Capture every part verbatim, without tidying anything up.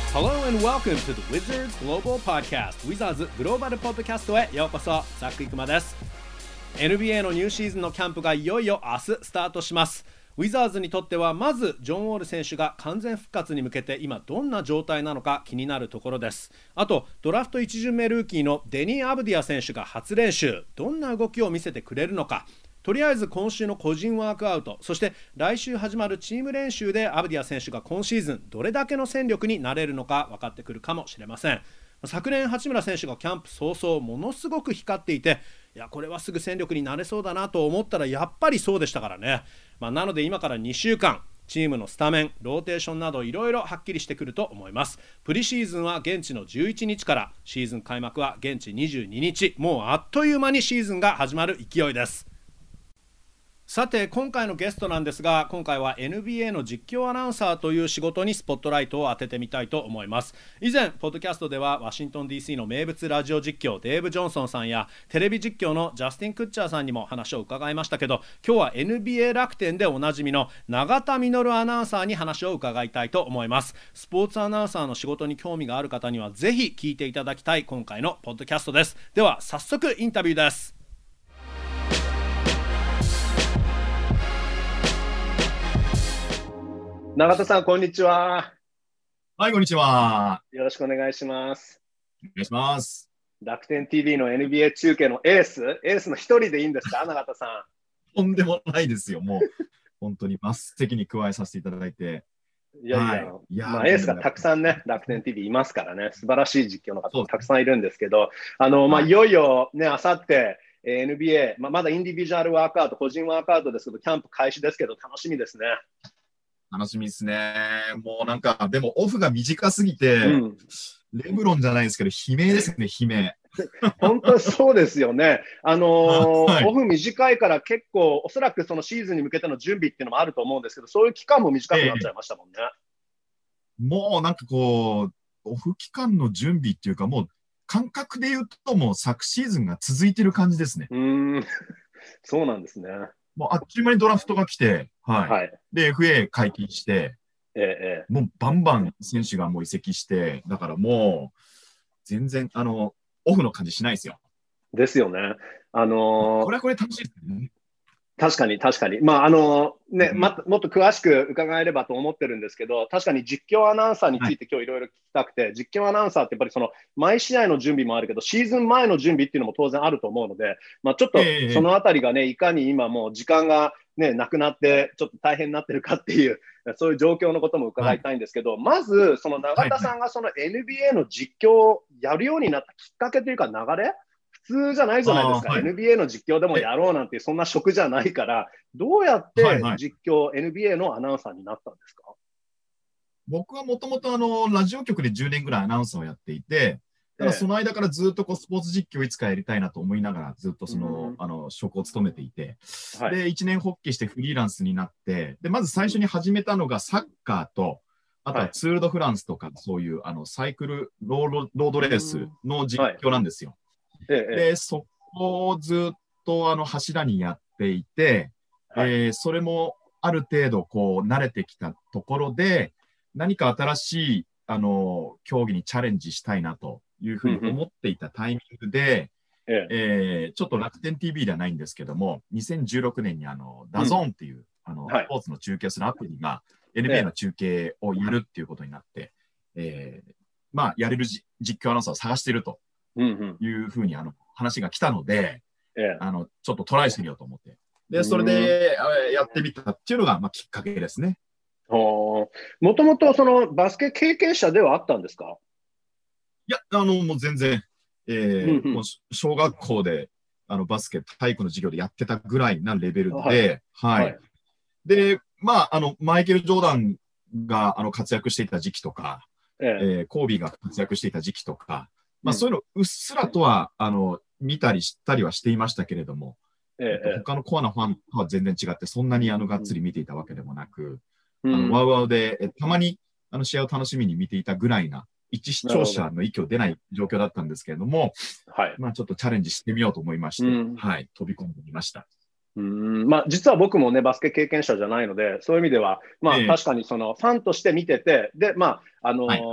Hello and welcome to the Wizards Global Podcast Wizards グローバルポッドキャストへようこそ。ザック・イクマです。 エヌビーエー のニューシーズンのキャンプがいよいよ明日スタートします。ウィザーズにとってはまずジョン・ウォール選手が完全復活に向けて今どんな状態なのか気になるところです。あとドラフトいち巡目ルーキーのデニー・アブディア選手が初練習、どんな動きを見せてくれるのか。とりあえず今週の個人ワークアウト、そして来週始まるチーム練習でアブディア選手が今シーズンどれだけの戦力になれるのか分かってくるかもしれません。昨年八村選手がキャンプ早々ものすごく光っていて、いやこれはすぐ戦力になれそうだなと思ったらやっぱりそうでしたからね。まあ、なので今からにしゅうかんチームのスタメン、ローテーションなどいろいろはっきりしてくると思います。プリシーズンは現地のじゅういちにちから、シーズン開幕は現地にじゅうににち、もうあっという間にシーズンが始まる勢いです。さて今回のゲストなんですが、今回は エヌビーエー の実況アナウンサーという仕事にスポットライトを当ててみたいと思います。以前ポッドキャストではワシントン ディーシー の名物ラジオ実況デーブ・ジョンソンさんやテレビ実況のジャスティン・クッチャーさんにも話を伺いましたけど、今日は エヌビーエー 楽天でおなじみの永田実アナウンサーに話を伺いたいと思います。スポーツアナウンサーの仕事に興味がある方にはぜひ聞いていただきたい今回のポッドキャストです。では早速インタビューです。永田さんこんにちは。 はい、こんにちは。 よろしくお願いします。 お願いします。 楽天 ティーブイ の エヌビーエー 中継のエースエースの一人でいいんですか、永田さん。とんでもないですよ。もう本当にマス的に加えさせていただいて。 いやいや、はい、いやまあ、エースがたくさんね、楽天 ティーブイ いますからね、素晴らしい実況の方もたくさんいるんですけど、あの、まあ、いよいよね、あさって、エヌビーエー、まあ、まだインディビジュアルワークアウト、個人ワークアウトですけど、キャンプ開始ですけど、楽しみですね。 楽しみですね。もうなんか、でもオフが短すぎて、うん、レブロンじゃないですけど、悲鳴ですね、悲鳴。 本当にそうですよね。あのーはい、オフ短いから結構、おそらくそのシーズンに向けての準備っていうのもあると思うんですけど、そういう期間も短くなっちゃいましたもんね。 えー、もうなんかこう、オフ期間の準備っていうか、もう感覚で言うと、もう昨シーズンが続いてる感じですね。 うーんそうなんですね。 もうあっちゅう間にドラフトが来て、はいはい、で エフエー 解禁して、 ええ、 もうバンバン選手がもう移籍して、だからもう全然あのオフの感じしないですよ。 ですよね。あのー、 これはこれ楽しいですね。 確かに確かに。まああのね、うん、ま、もっと詳しく伺えればと思ってるんですけど、確かに実況アナウンサーについて今日いろいろ聞きたくて、はい、実況アナウンサーってやっぱりその毎試合の準備もあるけど、シーズン前の準備っていうのも当然あると思うので、まあ、ちょっとそのあたりがね、いかに今もう時間がね、なくなってちょっと大変になってるかっていう、そういう状況のことも伺いたいんですけど、はい、まずその永田さんがその エヌビーエー の実況をやるようになったきっかけというか流れ、普通じゃないじゃないですか、はい、エヌビーエー の実況でもやろうなんていうそんな職じゃないから、どうやって実況、はいはい、エヌビーエー のアナウンサーになったんですか？ 僕はもともとラジオ局でじゅうねんぐらいアナウンサーをやっていて、だからその間からずっとこうスポーツ実況をいつかやりたいなと思いながらずっとその、あの職を務めていて、はい、でいちねん発起してフリーランスになって、でまず最初に始めたのがサッカーと、あとはツール・ド・フランスとか、そういうあのサイクルロード、ロードレースの実況なんですよ。はい、でそこをずっとあの柱にやっていて、はい、えー、それもある程度こう慣れてきたところで、何か新しいあの競技にチャレンジしたいなというふうに思っていたタイミングで、うんうん、えー、ちょっと楽天 ティーブイ ではないんですけども、にせんじゅうろくねんにあのダゾーンっていう、うん、あのスポーツの中継するアプリが、はい、エヌビーエー の中継をやるっていうことになって、えー、まあやれる実況アナウンサーを探しているというふうにあの話が来たので、うんうん、あのちょっとトライしてみようと思って、でそれでやってみたっていうのが、まあ、きっかけですね。 もともとそのバスケ経験者ではあったんですか？ いや、あのもう全然、えーうんうん、もう小学校であのバスケ体育の授業でやってたぐらいなレベルで、はいはいはい、で、まあ、あのマイケル・ジョーダンがあの活躍していた時期とか、えええー、コービーが活躍していた時期とか、まあ、そういうのうっすらとは、うん、あの見たり知ったりはしていましたけれども、ええ、他のコアなファンとは全然違って、そんなにあのがっつり見ていたわけでもなく、あのワウワウでえたまにあの試合を楽しみに見ていたぐらいな一視聴者の域を出ない状況だったんですけれども、はい、まあちょっとチャレンジしてみようと思いまして、うん、はい、飛び込んでみました。 うーん、まあ実は僕もねバスケ経験者じゃないので、そういう意味ではまあ、えー、確かにそのファンとして見てて、でまああのーはい、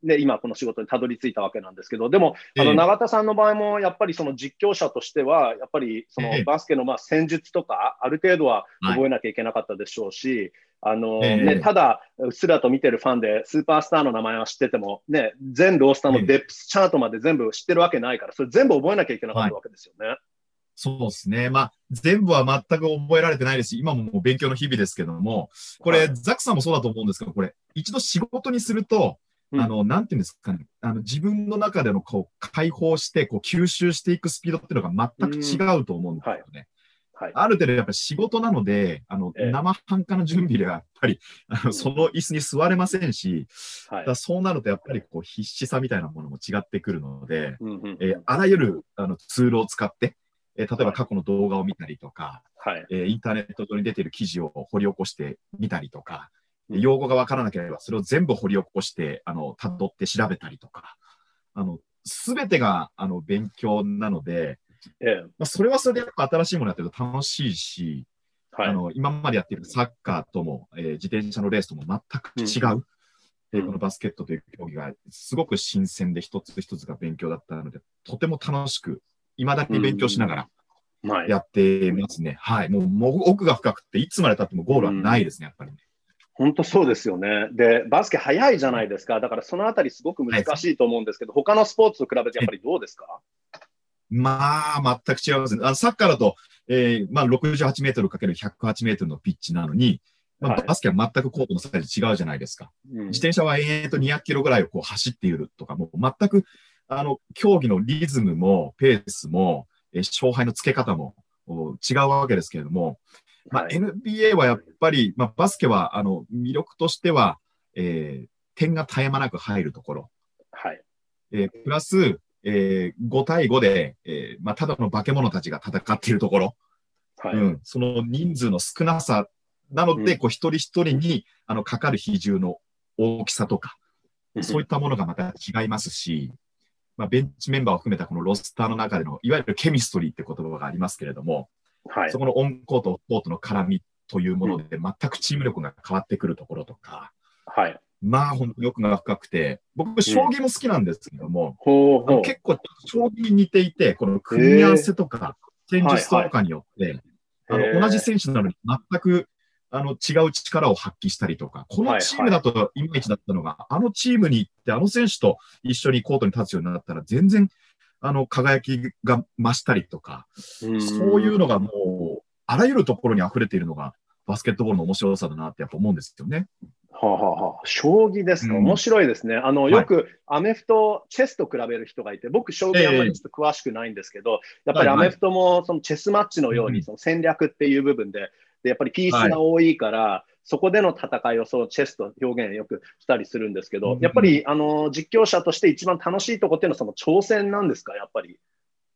で、今この仕事にたどり着いたわけなんですけど、でも、あの、永田さんの場合も、やっぱりその実況者としては、やっぱりそのバスケのまあ戦術とか、ある程度は覚えなきゃいけなかったでしょうし、あのね、ただ、うっすらと見てるファンで、スーパースターの名前は知ってても、ね、全ロースターのデプスチャートまで全部知ってるわけないから、それ全部覚えなきゃいけなかったわけですよね。はい、 そうですね。まあ、全部は全く覚えられてないですし、今ももう勉強の日々ですけども、これ、はい、ザックさんもそうだと思うんですけど、これ、一度仕事にすると、うん、あの、なんていうんですかね、あの、自分の中での、こう、解放して、こう、吸収していくスピードっていうのが全く違うと思うんですよね。うんはいはい、ある程度やっぱり仕事なので、あの、ええ、生半可な準備ではやっぱり、あの、その椅子に座れませんし、うん、だそうなるとやっぱりこう必死さみたいなものも違ってくるので、うんうんえー、あらゆるあのツールを使って、えー、例えば過去の動画を見たりとか、はいえー、インターネット上に出ている記事を掘り起こしてみたりとか、うん、用語がわからなければそれを全部掘り起こして、あの、辿って調べたりとか、あの、すべてがあの勉強なので、ええまあ、それはそれでやっぱ新しいものやってると楽しいし、はい、あの今までやっているサッカーとも、えー、自転車のレースとも全く違う、うんえー、このバスケットという競技がすごく新鮮で一つ一つが勉強だったので、とても楽しく、未だに勉強しながらやってますね。はい、はい。もう、もう奥が深くて、いつまで経ってもゴールはないですね、やっぱりね。 本当そうですよね。で、バスケ早いじゃないですか。だからそのあたりすごく難しいと思うんですけど、はい、他のスポーツと比べてやっぱりどうですか？ まあ、全く違いますね。あのサッカーだと、えー、まあ、ろくじゅうはちメートルかけるひゃくはちメートルのピッチなのに、まあ、バスケは全くコートのサイズ違うじゃないですか。うん、自転車は延々とにひゃくキロぐらいをこう走っているとか、もう全く、あの、競技のリズムも、ペースも、えー、勝敗の付け方も違うわけですけれども、まあ、エヌビーエー はやっぱり、まあ、バスケは、あの、魅力としては、えー、点が絶え間なく入るところ。はい。えー、プラス、えー、ご対ごで、えー、まあ、ただの化け物たちが戦っているところ。はい。うん。その人数の少なさなので、うん、こう、一人一人に、あの、かかる比重の大きさとか、うん、そういったものがまた違いますし、まあ、ベンチメンバーを含めたこのロスターの中での、いわゆるケミストリーって言葉がありますけれども、はい。そこのオンコート、コートの絡みというもので、全くチーム力が変わってくるところとか、はい。まあ、ほんと欲が深くて、僕、将棋も好きなんですけども、うん、結構、将棋に似ていて、この組み合わせとか、戦術とかによって、はいはい、あの、同じ選手なのに全く、あの、違う力を発揮したりとか、このチームだといまいちだったのが、はいはい、あのチームに行って、あの選手と一緒にコートに立つようになったら、全然、あの、輝きが増したりとか、そういうのがもう、あらゆるところに溢れているのが、バスケットボールの面白さだなってやっぱ思うんですよね。 はあはあ、将棋ですか、うん、面白いですね。あの、よくアメフト、チェスと比べる人がいて、僕、将棋あんまりちょっと詳しくないんですけど、えー、やっぱりアメフトもそのチェスマッチのように、その戦略っていう部分で、でやっぱりピースが多いから、はい、そこでの戦いをそのチェスと表現よくしたりするんですけど、うん、やっぱりあの実況者として一番楽しいところっていうのはその挑戦なんですか、やっぱり。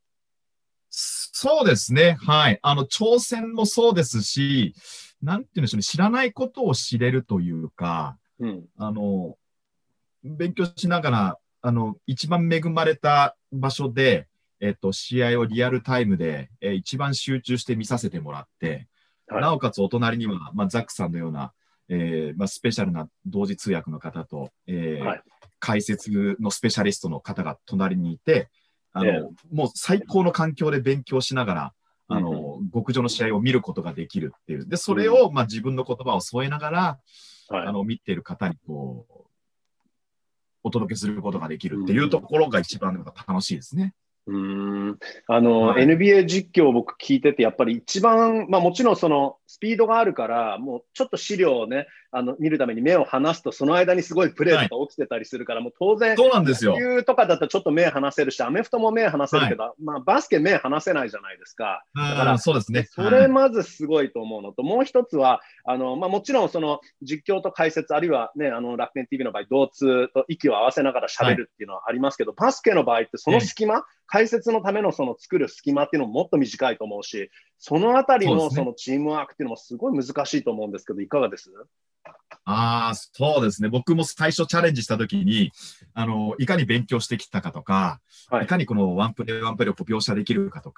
そうですね。はい。あの、挑戦もそうですし、なんていうんでしょうね、知らないことを知れるというか、うん、あの、勉強しながら、あの、一番恵まれた場所で、えっと、試合をリアルタイムで、えー、一番集中して見させてもらって、はい、なおかつお隣には、まあ、ザックさんのような、えーまあ、スペシャルな同時通訳の方と、えーはい、解説のスペシャリストの方が隣にいて、あの、えー、もう最高の環境で勉強しながら、あの、うん、極上の試合を見ることができるっていう。で、それを、まあ、自分の言葉を添えながら、はい、あの、見ている方に、こう、お届けすることができるっていうところが一番楽しいですね。 うーんあの、はい、エヌビーエー 実況を僕聞いてて、やっぱり一番、まあもちろんそのスピードがあるから、もうちょっと資料をね、あの見るために目を離すと、その間にすごいプレーとか起きてたりするから、はい、もう当然、 そうなんですよ。 野球とかだとちょっと目離せるし、アメフトも目離せるけど、はい、まあバスケ目離せないじゃないですか。だから、 そうですね。 それまずすごいと思うのと、もう一つは、あの、まあもちろんその実況と解説、あるいはね、あの楽天 ティーブイ の場合、同通と息を合わせながら喋るっていうのはありますけど、はい、バスケの場合ってその隙間、ええ解説のためのその作る隙間っていうのももっと短いと思うし、そのあたりのそのチームワークっていうのもすごい難しいと思うんですけど、いかがです？ ああ、そうですね。僕も最初チャレンジしたときに、あの、いかに勉強してきたかとか、はい、いかにこのワンプレーワンプレーを描写できるかとか、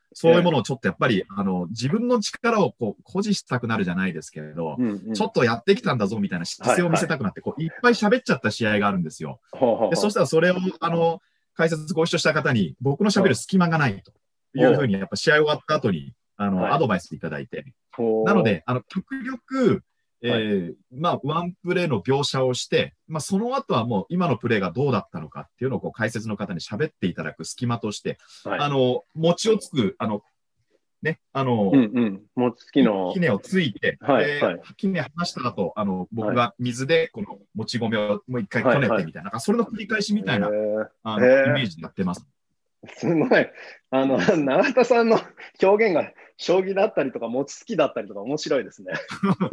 そういうものをちょっとやっぱり、あの、自分の力をこう、誇示したくなるじゃないですけれど、 うんうん、 ちょっとやってきたんだぞみたいな姿勢を見せたくなって、はいはい、こう、いっぱい喋っちゃった試合があるんですよ。ほうほうほうで、そしたらそれを、あの、解説ご一緒した方に、僕の喋る隙間がないというふうに、やっぱ試合終わった後に、あの、はい、アドバイスいただいて、なので、あの、極力、えーはい、まあ、ワンプレーの描写をして、まあ、その後はもう今のプレーがどうだったのかっていうのをこう解説の方に喋っていただく隙間として、はい、あの、餅をつく、あの、ね、あの、 うんうん、餅つきの。 きねをついて、 はい、 で、 はい、 きね離した後、あの、僕が水でこのもち米をもう一回こねてみたいな、はいはい、なんかそれの繰り返しみたいな、あの、イメージでやってます。 すごい。あの、永田さんの表現が将棋だったりとか、餅つきだったりとか面白いですね。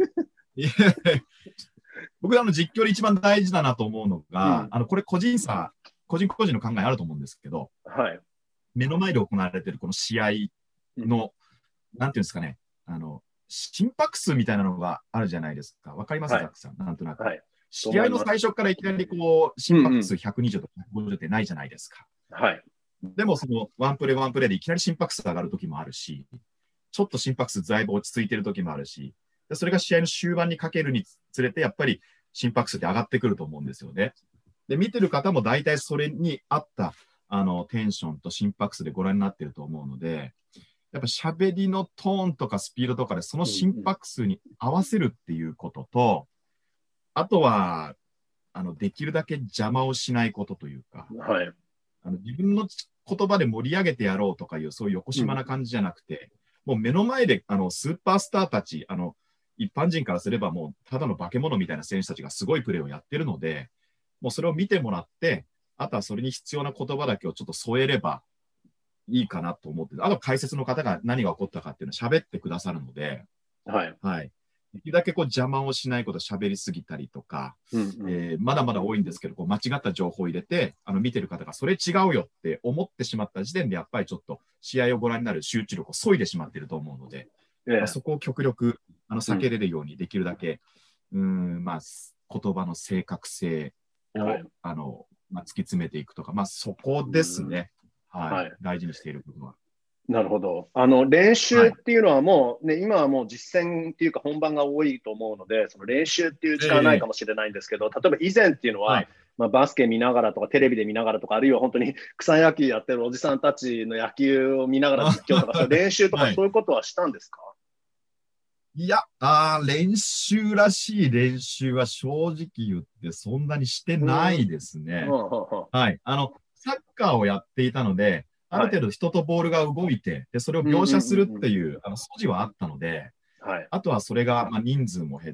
僕あの実況で一番大事だなと思うのが、うん、あのこれ個人差、個人個人の考えあると思うんですけど、 はい、 目の前で行われているこの試合の、うん、なんていうんですかね、あの心拍数みたいなのがあるじゃないですか。わかりますか、ザックさん、なんとなく、はい。試合の最初からいきなりこう心拍数ひゃくにじゅうとかひゃくごじゅうってないじゃないですか。 はい。 でもそのワンプレーワンプレーでいきなり心拍数上がるときもあるし、ちょっと心拍数だいぶ落ち着いてるときもあるし、それが試合の終盤にかけるにつれて、やっぱり心拍数って上がってくると思うんですよね。で、見てる方も大体それに合ったあのテンションと心拍数でご覧になってると思うので、やっぱ喋りのトーンとかスピードとかでその心拍数に合わせるっていうことと、あとは、あの、できるだけ邪魔をしないことというか、 はい、 あの自分の言葉で盛り上げてやろうとかいう、そういう横島な感じじゃなくて、うん、もう目の前であのスーパースターたち、あの、一般人からすればもうただの化け物みたいな選手たちがすごいプレーをやってるので、もうそれを見てもらって、あとはそれに必要な言葉だけをちょっと添えればいいかなと思って、あと解説の方が何が起こったかっていうのを喋ってくださるので、 はい。 はい。できるだけこう邪魔をしないこと喋りすぎたりとか、 うんうん、 えー、まだまだ多いんですけど、こう間違った情報を入れて、あの見てる方がそれ違うよって思ってしまった時点で、やっぱりちょっと試合をご覧になる集中力を削いでしまっていると思うので、えーまあ、そこを極力あの避けれるようにできるだけ、うん、うーんまあ、言葉の正確性を、はい、あのまあ、突き詰めていくとか、まあ、そこですね、はいはい、大事にしている部分は。 なるほど。あの練習っていうのはもう、ね、はい、今はもう実践っていうか本番が多いと思うので、その練習っていう時間はないかもしれないんですけど、えー、例えば以前っていうのは、はい、まあ、バスケ見ながらとかテレビで見ながらとか、あるいは本当に草野球やってるおじさんたちの野球を見ながら実況とか、練習とかそういうことはしたんですか？ いや、あ練習らしい練習は正直言ってそんなにしてないですね。うん、はい。あの、サッカーをやっていたので、ある程度人とボールが動いて、はい、でそれを描写するっていう、あの素地はあったので、はい、あとはそれが、まあ、人数も減って、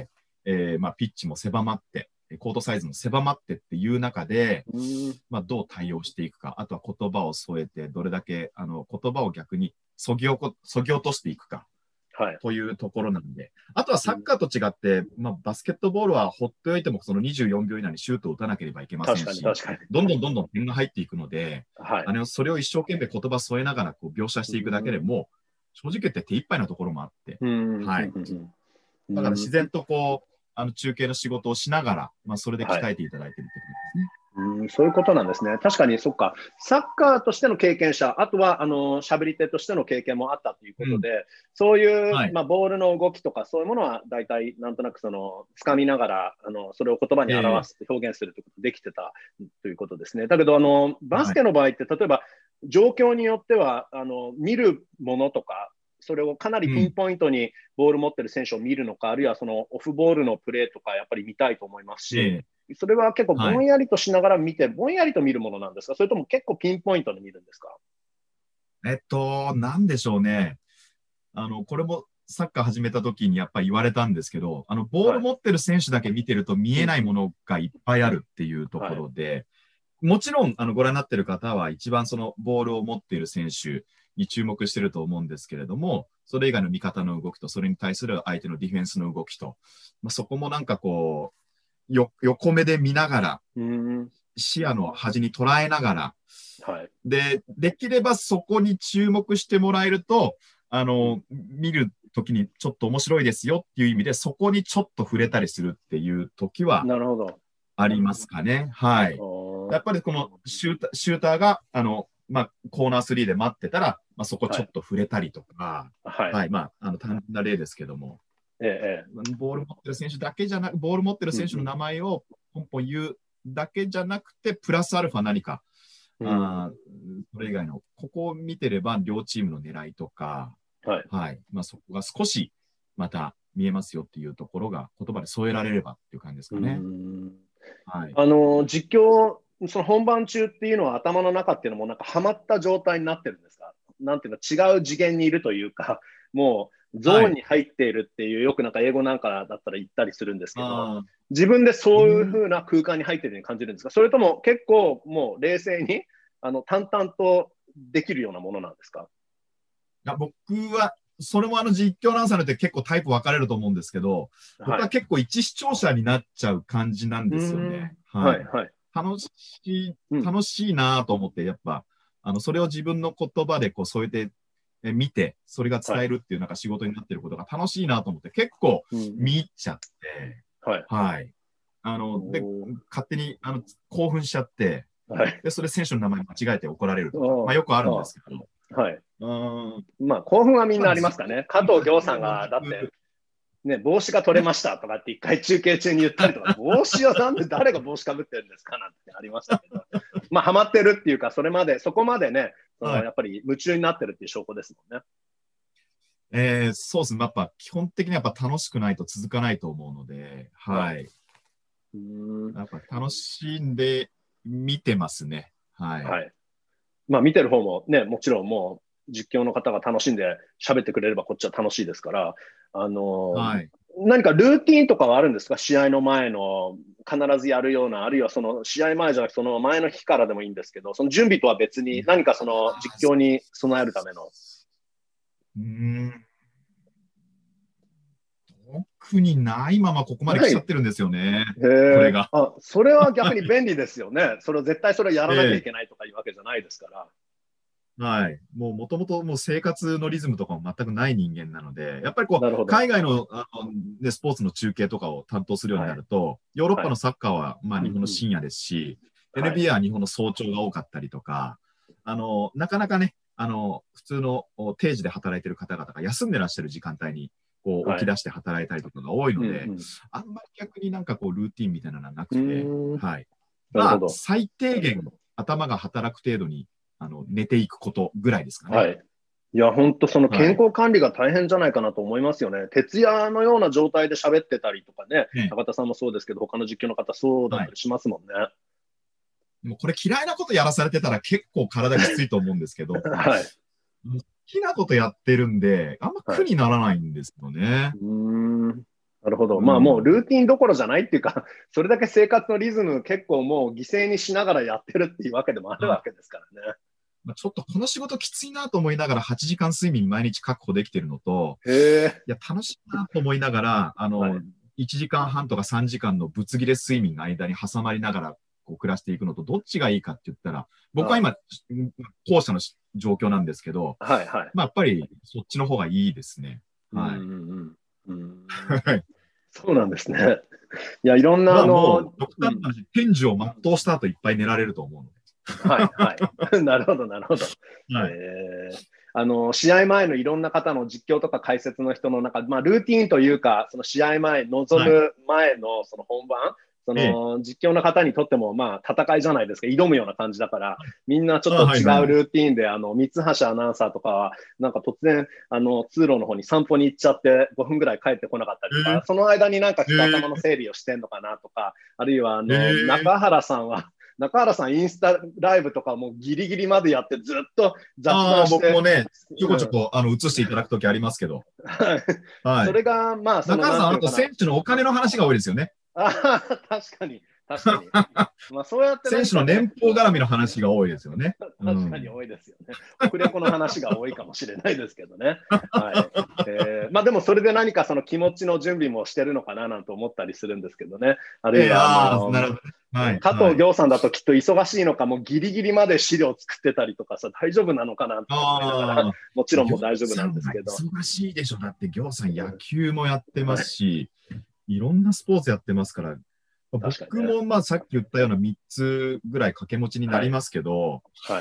えーまあ、ピッチも狭まって、コートサイズも狭まってっていう中で、まあ、どう対応していくか、あとは言葉を添えて、どれだけあの言葉を逆にそぎ落としていくか。はい、というところなんで、あとはサッカーと違って、うんまあ、バスケットボールは放っておいてもそのにじゅうよんびょう以内にシュートを打たなければいけませんし、確かに確かにどんどんどんどん点が入っていくので、はい、あのそれを一生懸命言葉添えながらこう描写していくだけでも、うん、正直言って手一杯なところもあって、うんはい、だから自然とこうあの中継の仕事をしながら、まあ、それで鍛えていただいているということですね。はいうん、そういうことなんですね。確かに、そっか。サッカーとしての経験者、あとは、あの、喋り手としての経験もあったということで、うん、そういう、はい、まあ、ボールの動きとか、そういうものは、大体、なんとなく、その、掴みながら、あの、それを言葉に表す、えー、表現するということできてたということですね。だけど、あの、バスケの場合って、例えば、状況によっては、あの、見るものとか、それをかなりピンポイントにボール持ってる選手を見るのか、うん、あるいはそのオフボールのプレーとか、やっぱり見たいと思いますし、えーそれは結構ぼんやりとしながら見て、はい、ぼんやりと見るものなんですか？それとも結構ピンポイントで見るんですか？ えっと、なんでしょうね。あの、これもサッカー始めた時にやっぱり言われたんですけど、あの、ボール持ってる選手だけ見てると見えないものがいっぱいあるっていうところで、はい、もちろん、あの、ご覧になってる方は一番そのボールを持っている選手に注目してると思うんですけれども、それ以外の味方の動きと、それに対する相手のディフェンスの動きと、まあ、そこもなんかこう、よ横目で見ながら、 うん視野の端に捉えながら、 はい、 で、できればそこに注目してもらえると、あの、見るときにちょっと面白いですよっていう意味で、そこにちょっと触れたりするっていうときは、ありますかね。はい。やっぱりこのシューター、シューターが、あの、 まあ、コーナースリーで待ってたら、まあ、そこちょっと触れたりとか、 はい。 はい、まあ、あの、単純な例ですけども、 ええ、 ボール持ってる選手だけじゃなく、ボール持ってる選手の名前をポンポン言うだけじゃなくて、プラスアルファ何か、うん、あそれ以外の、ここを見てれば、両チームの狙いとか、 はい。はい。 まあ、そこが少し、また見えますよっていうところが、言葉で添えられればっていう感じですかね。 はい。あの、実況、その本番中っていうのは頭の中っていうのもなんかはまった状態になってるんですか？なんていうの、違う次元にいるというか、もうゾーンに入っているっていう、はい、よくなんか英語なんかだったら言ったりするんですけど、自分でそういう風な空間に入ってるように感じるんですか？それとも結構もう冷静にあの淡々とできるようなものなんですか？ いや、僕はそれもあの実況アナウンサーによって結構タイプ分かれると思うんですけど、僕は結構一視聴者になっちゃう感じなんですよね。はい、はい。楽しい、楽しいなと思って、やっぱ、あの、それを自分の言葉でこう添えて、え見て、それが伝えるっていうなんか仕事になってることが楽しいなと思って、結構見入っちゃって、はい。はい。あの、で、勝手にあの興奮しちゃって、はい。で、それ選手の名前間違えて怒られるとか、まあよくあるんですけど。 はい。うんまあ、興奮はみんなありますかね。加藤行さんが、だって、ね、帽子が取れましたとかって一回中継中に言ったりとか、帽子はなんで誰が帽子かぶってるんですかなんてありましたけど、まあ、ハマってるっていうか、それまで、そこまでね、そのやっぱり夢中になってるっていう証拠ですもんね。 えー、そうですね。やっぱ基本的にやっぱ楽しくないと続かないと思うので、はい。はい、うんやっぱ楽しんで見てますね。はい。はい、 まあ、見てる方もね、もちろんもう実況の方が楽しんで喋ってくれればこっちは楽しいですから、あのーはい、何かルーティンとかはあるんですか？試合の前の必ずやるような、あるいはその試合前じゃなくてその前の日からでもいいんですけど、その準備とは別に何かその実況に備えるための。 うーん特にないままここまで来ちゃってるんですよね。これがあ。それは逆に便利ですよね。それを絶対それをやらなきゃいけないとかいうわけじゃないですから。 はい。もうもともともう生活のリズムとかも全くない人間なので、やっぱりこう、海外のあの、ね、スポーツの中継とかを担当するようになると、はい、ヨーロッパのサッカーは、まあ日本の深夜ですし、はい、エヌビーエー は日本の早朝が多かったりとか、あの、なかなかね、あの、普通の定時で働いてる方々が休んでらっしゃる時間帯に、こう、起き出して働いたりとかが多いので、はいうんうん、あんまり逆になんかこう、ルーティンみたいなのはなくて、はい。まあ、最低限頭が働く程度に、あの、寝ていくことぐらいですかね。 はい。いや、本当その健康管理が大変じゃないかなと思いますよね。はい、徹夜のような状態で喋ってたりとかね、ね高田さんもそうですけど、他の実況の方そうだったりしますもんね。はい、 もうこれ嫌いなことやらされてたら結構体きついと思うんですけど、はい。好きなことやってるんで、あんま苦にならないんですよね。はい、 うーんなるほど。まあもうルーティンどころじゃないっていうか、それだけ生活のリズム結構もう犠牲にしながらやってるっていうわけでもあるわけですからね。 まあ、ちょっとこの仕事きついなと思いながらはちじかん睡眠毎日確保できてるのと、 へいや楽しいなと思いながら、あの、はい、いちじかんはんとかさんじかんのぶつ切れ睡眠の間に挟まりながらこう暮らしていくのとどっちがいいかって言ったら、僕は今、後者の状況なんですけど、 はいはい、 まあやっぱりそっちの方がいいですね。はい。うんうんうんそうなんですね。いや、いろんな、まあ、あの、 もう、極端な話、天寿を全うした後いっぱい寝られると思うので。 はいはい。なるほど、なるほど。はい、えー、あの、試合前のいろんな方の実況とか解説の人の中、まあ、ルーティーンというか、その試合前、臨む前のその本番、はいその実況の方にとっても、まあ、戦いじゃないですか、挑むような感じだから、みんなちょっと違うルーティーンで、あの、三橋アナウンサーとかは、なんか突然、あの、通路の方に散歩に行っちゃって、ごふんぐらい帰ってこなかったりとか、その間になんか頭の整理をしてんのかなとか、あるいは、あの、中原さんは、中原さん、インスタライブとかもギリギリまでやって、ずっと雑談して。 僕もね、ちょこちょこ、うん、あの映していただくときありますけど。 はい。それが、まあ、 その中原さん、あと選手のお金の話が多いですよね。 あ確かに、確かに。まあそうやって、 ね、選手の年俸絡みの話が多いですよね。 確かに多いですよね。オフレコの話が多いかもしれないですけどね。はいえー、まあでもそれで何かその気持ちの準備もしてるのかななんて思ったりするんですけどね。あるいは、あのーはい、加藤行さんだときっと忙しいのか、もうギリギリまで資料作ってたりとかさ、大丈夫なのかなって思いながら、もちろんもう大丈夫なんですけど。 忙しいでしょ。だって行さん野球もやってますし、はいいろんなスポーツやってますから、僕もまあさっき言ったようなみっつぐらい掛け持ちになりますけど、はいはい、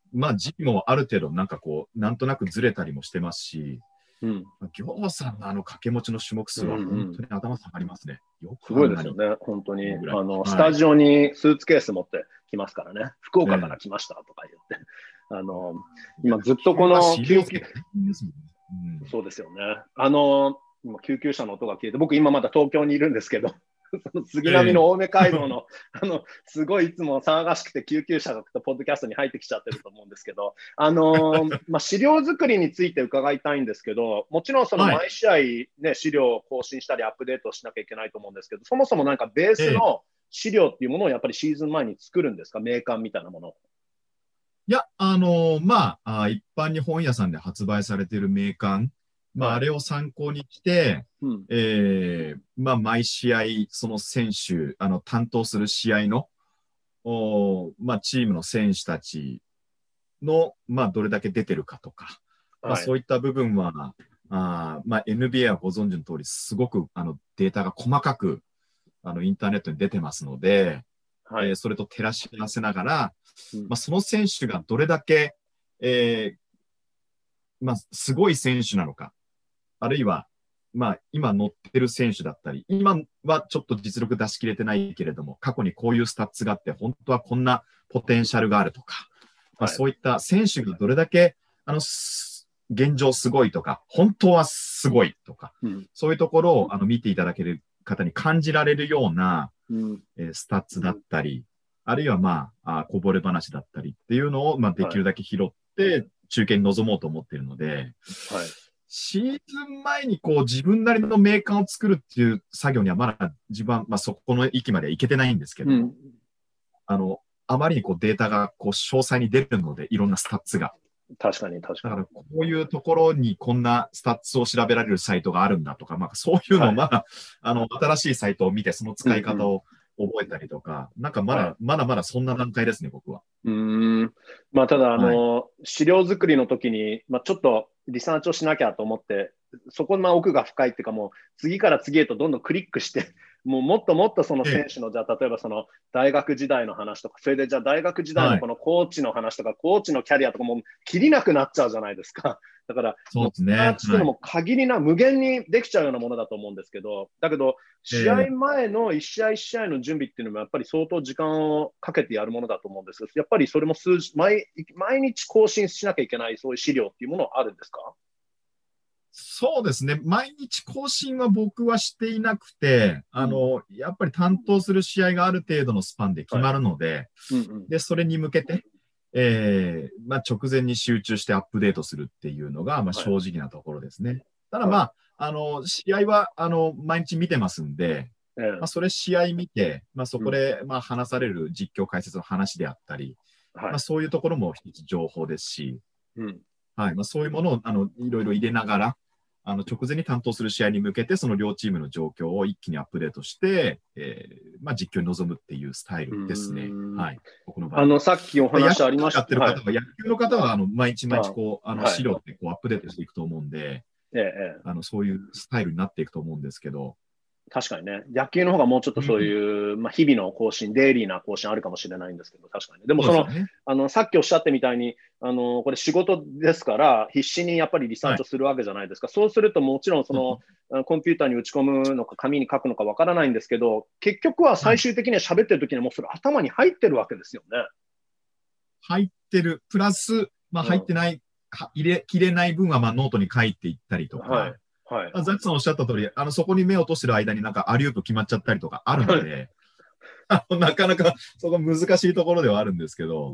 まあ時期もある程度なんかこう、なんとなくずれたりもしてますし、うん、行さんのあの掛け持ちの種目数は本当に頭下がりますね。 うんうん、よくすごいですよね、本当に。あの、はい、スタジオにスーツケース持ってきますからね。福岡から来ましたとか言って。えー、あの、今ずっとこの救急、うん、そうですよね。あの、今救急車の音が消えて、僕今まだ東京にいるんですけど、その杉並の青梅街道の、えー、あの、すごいいつも騒がしくて救急車がポッドキャストに入ってきちゃってると思うんですけど、あのー、まあ、資料作りについて伺いたいんですけど、もちろんその毎試合ね、資料を更新したりアップデートしなきゃいけないと思うんですけど、そもそもなんかベースの資料っていうものをやっぱりシーズン前に作るんですか、名鑑みたいなもの。 いや、あのー、まあ、あ、一般に本屋さんで発売されている名鑑、まあ、あれを参考にして、うん、えー、まあ、毎試合、その選手、あの、担当する試合の、おまあ、チームの選手たちの、まあ、どれだけ出てるかとか、はい、まあ、そういった部分は、あまあ、エヌビーエー はご存知の通り、すごく、あの、データが細かく、あの、インターネットに出てますので、はい、えー、それと照らし合わせながら、うん、まあ、その選手がどれだけ、えー、まあ、すごい選手なのか、あるいは、まあ、今乗ってる選手だったり、今はちょっと実力出し切れてないけれども、過去にこういうスタッツがあって、本当はこんなポテンシャルがあるとか、まあ、そういった選手がどれだけ、あの、現状すごいとか、本当はすごいとか、うん、そういうところをあの見ていただける方に感じられるような、うんえー、スタッツだったり、あるいはまあ、あこぼれ話だったりっていうのを、まあ、できるだけ拾って、中継に臨もうと思っているので、はいシーズン前にこう自分なりの名鑑を作るっていう作業にはまだ自分は、まあ、そこの域まではいけてないんですけど、うん、あの、あまりにこうデータがこう詳細に出るので、いろんなスタッツが。 確かに確かに。 だからこういうところにこんなスタッツを調べられるサイトがあるんだとか、まあ、そういうのをまあ、はい、あの、新しいサイトを見てその使い方を覚えたりとか、うんうん、なんかまだ、はい、まだまだそんな段階ですね、僕は。 うーん。まあ、ただ、あの、はい、資料作りの時に、まあ、ちょっとリサーチをしなきゃと思って、そこの奥が深いっていうか、もう次から次へとどんどんクリックして、もうもっともっとその選手の、じゃあ例えばその大学時代の話とか、それでじゃあ大学時代のこのコーチの話とか、はい、コーチのキャリアとかも切りなくなっちゃうじゃないですか。だから、 そうですね。リサーチするのも限りな、はい、無限にできちゃうようなものだと思うんですけど、だけど、試合前の一試合一試合の準備っていうのもやっぱり相当時間をかけてやるものだと思うんですけど、やっぱりそれも数字、毎、毎日更新しなきゃいけないそういう資料っていうものはあるんですか？ そうですね。毎日更新は僕はしていなくて、あの、うん、やっぱり担当する試合がある程度のスパンで決まるので、はいうんうん、で、それに向けて、えー、まあ、直前に集中してアップデートするっていうのが、まあ、正直なところですね。はい、ただまあ、あの、試合は、あの、毎日見てますんで、うん、まあ、それ試合見て、まあ、そこで、まあ、話される実況解説の話であったり、うん、まあ、そういうところも一つ情報ですし、うんはいまあ、そういうものをあのいろいろ入れながら、あの直前に担当する試合に向けて、その両チームの状況を一気にアップデートして、えーまあ、実況に臨むっていうスタイルですね。はい、僕の場合あのさっきお話ありました。 やってる方は、はい、野球の方はあの毎日毎日こうあの資料ってこうアップデートしていくと思うんで、はい、あのそういうスタイルになっていくと思うんですけど。 確かにね、野球の方がもうちょっとそういう、うん、まあ、日々の更新、デイリーな更新あるかもしれないんですけど、確かに。でもその、ね、あのさっきおっしゃってみたいに、あのこれ仕事ですから、必死にやっぱりリサーチをするわけじゃないですか。はい、そうすると、もちろんその、うん、コンピューターに打ち込むのか、紙に書くのかわからないんですけど、結局は最終的には喋ってる時にはもうそれ頭に入ってるわけですよね。 入ってる。プラス、まあ、入ってない、うん、入れきれない分はまあノートに書いていったりとか。はいはい、ザックさんおっしゃった通り、あの、そこに目を落としてる間になんかアリウープ決まっちゃったりとかあるので、あのなかなかそこ難しいところではあるんですけど、うん、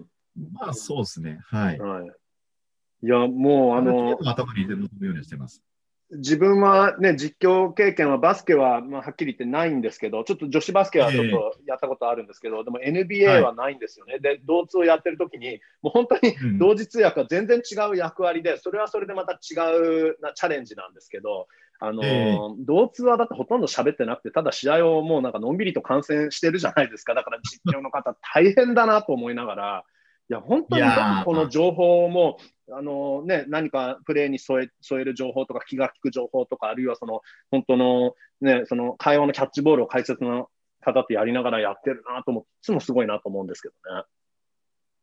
まあそうですね。はい。はい、 いや、もうあの、 頭に入れて臨むようにしてます。 自分はね、実況経験はバスケは、まあ、はっきり言ってないんですけど、ちょっと女子バスケはちょっとやったことあるんですけど、えー、でも エヌビーエー はないんですよね。はい、で、同通をやってるときに、もう本当に同時通訳は全然違う役割で、それはそれでまた違うなチャレンジなんですけど、あのーえー、同通はだってほとんど喋ってなくて、ただ試合をもうなんかのんびりと観戦してるじゃないですか。だから実況の方大変だなと思いながら、いや、本当にこの情報も、あのね、何かプレーに添え、添える情報とか気が利く情報とか、あるいはその本当の、ね、その会話のキャッチボールを解説の方ってやりながらやってるなと思って、いつもすごいなと思うんですけどね。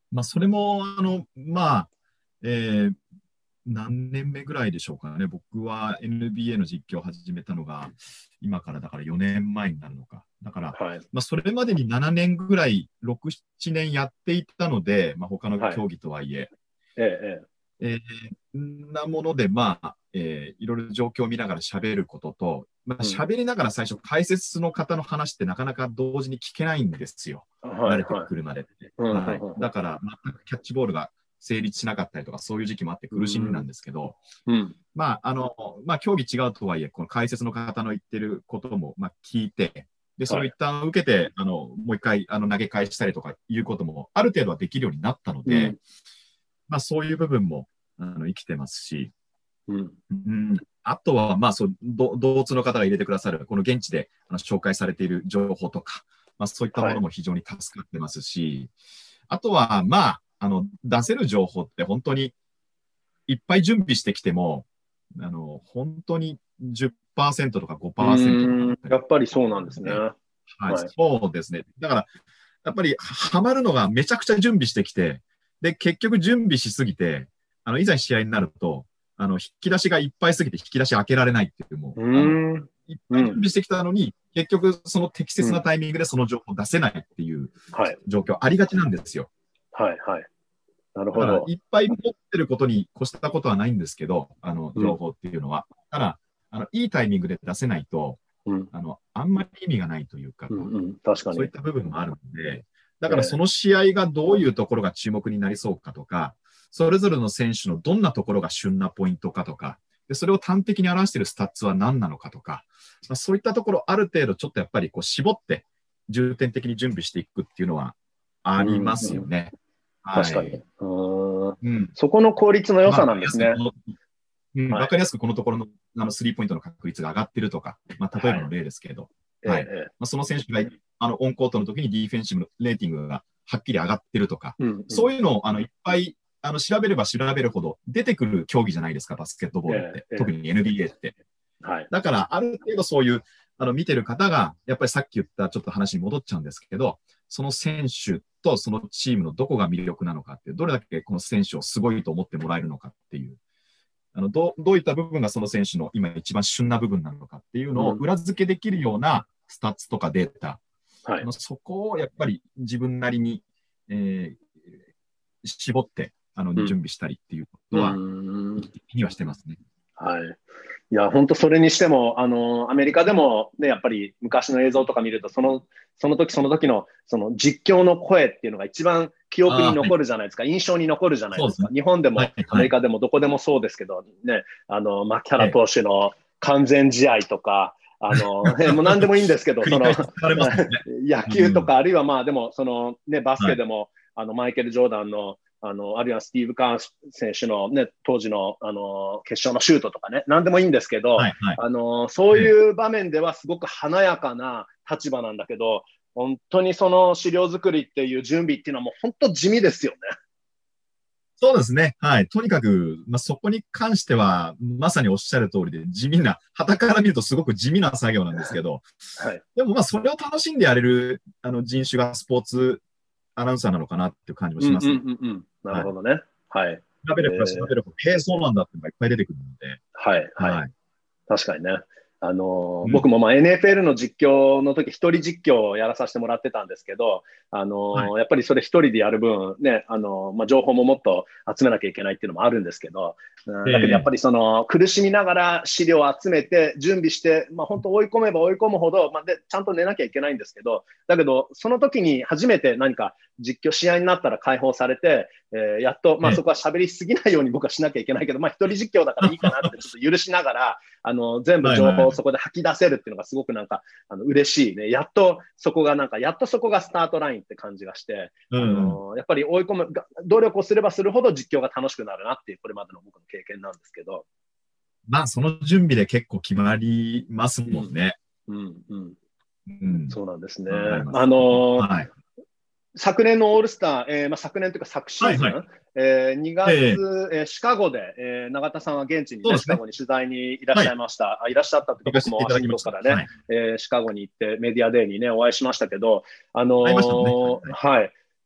まあ、それも、あの、まあ、えー何年目ぐらいでしょうかね。僕は エヌビーエー の実況を始めたのが、今からだからよねんまえになるのか。だから、 はい。 まあ、それまでにななねんぐらい、ろく、ななねんやっていたので、まあ、他の競技とはいえ、 ええ、ええーなもので、まあ、えーいろいろ状況を見ながら喋ることと、まあ、 うん喋りながら最初、解説の方の話ってなかなか同時に聞けないんですよ。 え。はい、 慣れてはい。 くるまでって。 うん、うん、 はい。 うん。 だから、全くキャッチボールが成立しなかったりとか、そういう時期もあって苦しみなんですけど、 うん。 まあ、あの、まあ、競技違うとはいえ、この解説の方の言ってることも、まあ、聞いて、で、それを一旦受けて、あの、もう一回、あの、投げ返したりとかいうことも、ある程度はできるようになったので、 うんまあ、そういう部分も、あの、生きてますし、 うん。 うん、あとは、まあ、そう、ど同通の方が入れてくださる、この現地であの紹介されている情報とか、まあ、そういったものも非常に助かってますし、はい、あとは、まあ、あの、出せる情報って本当にいっぱい準備してきても、あの、本当にじゅっパーセントとかごパーセントとかだったり、 やっぱりそうなんですね。 はい、 はい、 そうですね。だから、やっぱりハマるのがめちゃくちゃ準備してきて、で、結局準備しすぎて、あの、いざ試合になると、あの、引き出しがいっぱいすぎて引き出し開けられないっていう、もう、あの、いっぱい準備してきたのに、うん、結局その適切なタイミングでその情報を出せないっていう状況ありがちなんですよ。 はい、はい。なるほど。 だからいっぱい持ってることに越したことはないんですけど、あの、情報っていうのは。うん、ただ、あの、いいタイミングで出せないと、うん、あの、あんまり意味がないというか、 うんうん、確かに。 そういった部分もあるので、だからその試合がどういうところが注目になりそうかとか、それぞれの選手のどんなところが旬なポイントかとか、でそれを端的に表しているスタッツは何なのかとか、まあ、そういったところある程度ちょっとやっぱりこう絞って重点的に準備していくっていうのはありますよね。 うんうん、確かに、はいうん。 うん。 そこの効率の良さなんですね。 うん、わかりやすくこのところのあのスリーポイントの確率が上がってるとか、まあ、例えばの例ですけど、はいはいええまあ、その選手があのオンコートの時にディフェンシブのレーティングがはっきり上がってるとか、うんうん、そういうのをあのいっぱいあの調べれば調べるほど出てくる競技じゃないですか、バスケットボールって。ええ、特に エヌビーエー って。はい、だから、ある程度そういうあの見てる方が、やっぱりさっき言ったちょっと話に戻っちゃうんですけど、その選手とそのチームのどこが魅力なのかっていう、どれだけこの選手をすごいと思ってもらえるのかっていう、あの ど, どういった部分がその選手の今一番旬な部分なのかっていうのを裏付けできるようなスタッツとかデータ、うんはい、そこをやっぱり自分なりに、えー、絞ってあの、うん、準備したりっていうことは、気にはしてますね。 はい。いや、本当それにしても、あの、アメリカでもね、やっぱり昔の映像とか見ると、その、その時その時の、その実況の声っていうのが一番記憶に残るじゃないですか、はい、印象に残るじゃないですか。すね、日本でも、はい、アメリカでもどこでもそうですけど、ね、あの、牧原投手の完全試合とか、あの、ね、もう何でもいいんですけど、その、野球とか、あるいはまあ、でも、その、ね、バスケでも、はい、あの、マイケル・ジョーダンの、あの、あるいはスティーブ・カーン選手のね、当時の、あの、決勝のシュートとかね、何でもいいんですけど、はいはい、あの、そういう場面ではすごく華やかな立場なんだけど、本当にその資料作りっていう準備っていうのはもう本当地味ですよね。 そうですね。はい。とにかく、まあ、そこに関しては、まさにおっしゃる通りで、地味な、傍から見るとすごく地味な作業なんですけど、はい、でもまあ、それを楽しんでやれる、あの、人種がスポーツアナウンサーなのかなっていう感じもします、ねうんうんうんうん。なるほどね。はい。 調べれば調べれば、へえ、そうなんだってのがいっぱい出てくるので。 はい。はい。はい、確かにね。あのーうん、僕もまあ エヌエフエル の実況の時一人実況をやらさせてもらってたんですけど、あのーはい、やっぱりそれ一人でやる分ね、あのーまあ、情報ももっと集めなきゃいけないっていうのもあるんですけど、うん、だけどやっぱりその苦しみながら資料を集めて準備して、まあ、本当追い込めば追い込むほど、まあ、でちゃんと寝なきゃいけないんですけど、だけどその時に初めて何か実況試合になったら解放されて、えー、やっと、まあ、そこは喋りすぎないように僕はしなきゃいけないけど、まあ、一人実況だからいいかなってちょっと許しながら、あの、全部情報をそこで吐き出せるっていうのがすごくなんか、あの、嬉しいね。やっとそこがなんか、やっとそこがスタートラインって感じがして、うん、あの、やっぱり追い込む、努力をすればするほど実況が楽しくなるなっていう、これまでの僕の経験なんですけど。 まあ、その準備で結構決まりますもんね。 うん、うん、うん。うん、そうなんですね。 あのーはい昨年のオールスター、えーまあ、昨年というか昨シーズン、はいはいえー、にがつ、えーえー、シカゴで、えー、永田さんは現地に、ねね、シカゴに取材にいらっしゃいました。はい、あいらっしゃったというか、僕も足元からね、はいえー、シカゴに行ってメディアデーに、ね、お会いしましたけど、あのーねはいはい、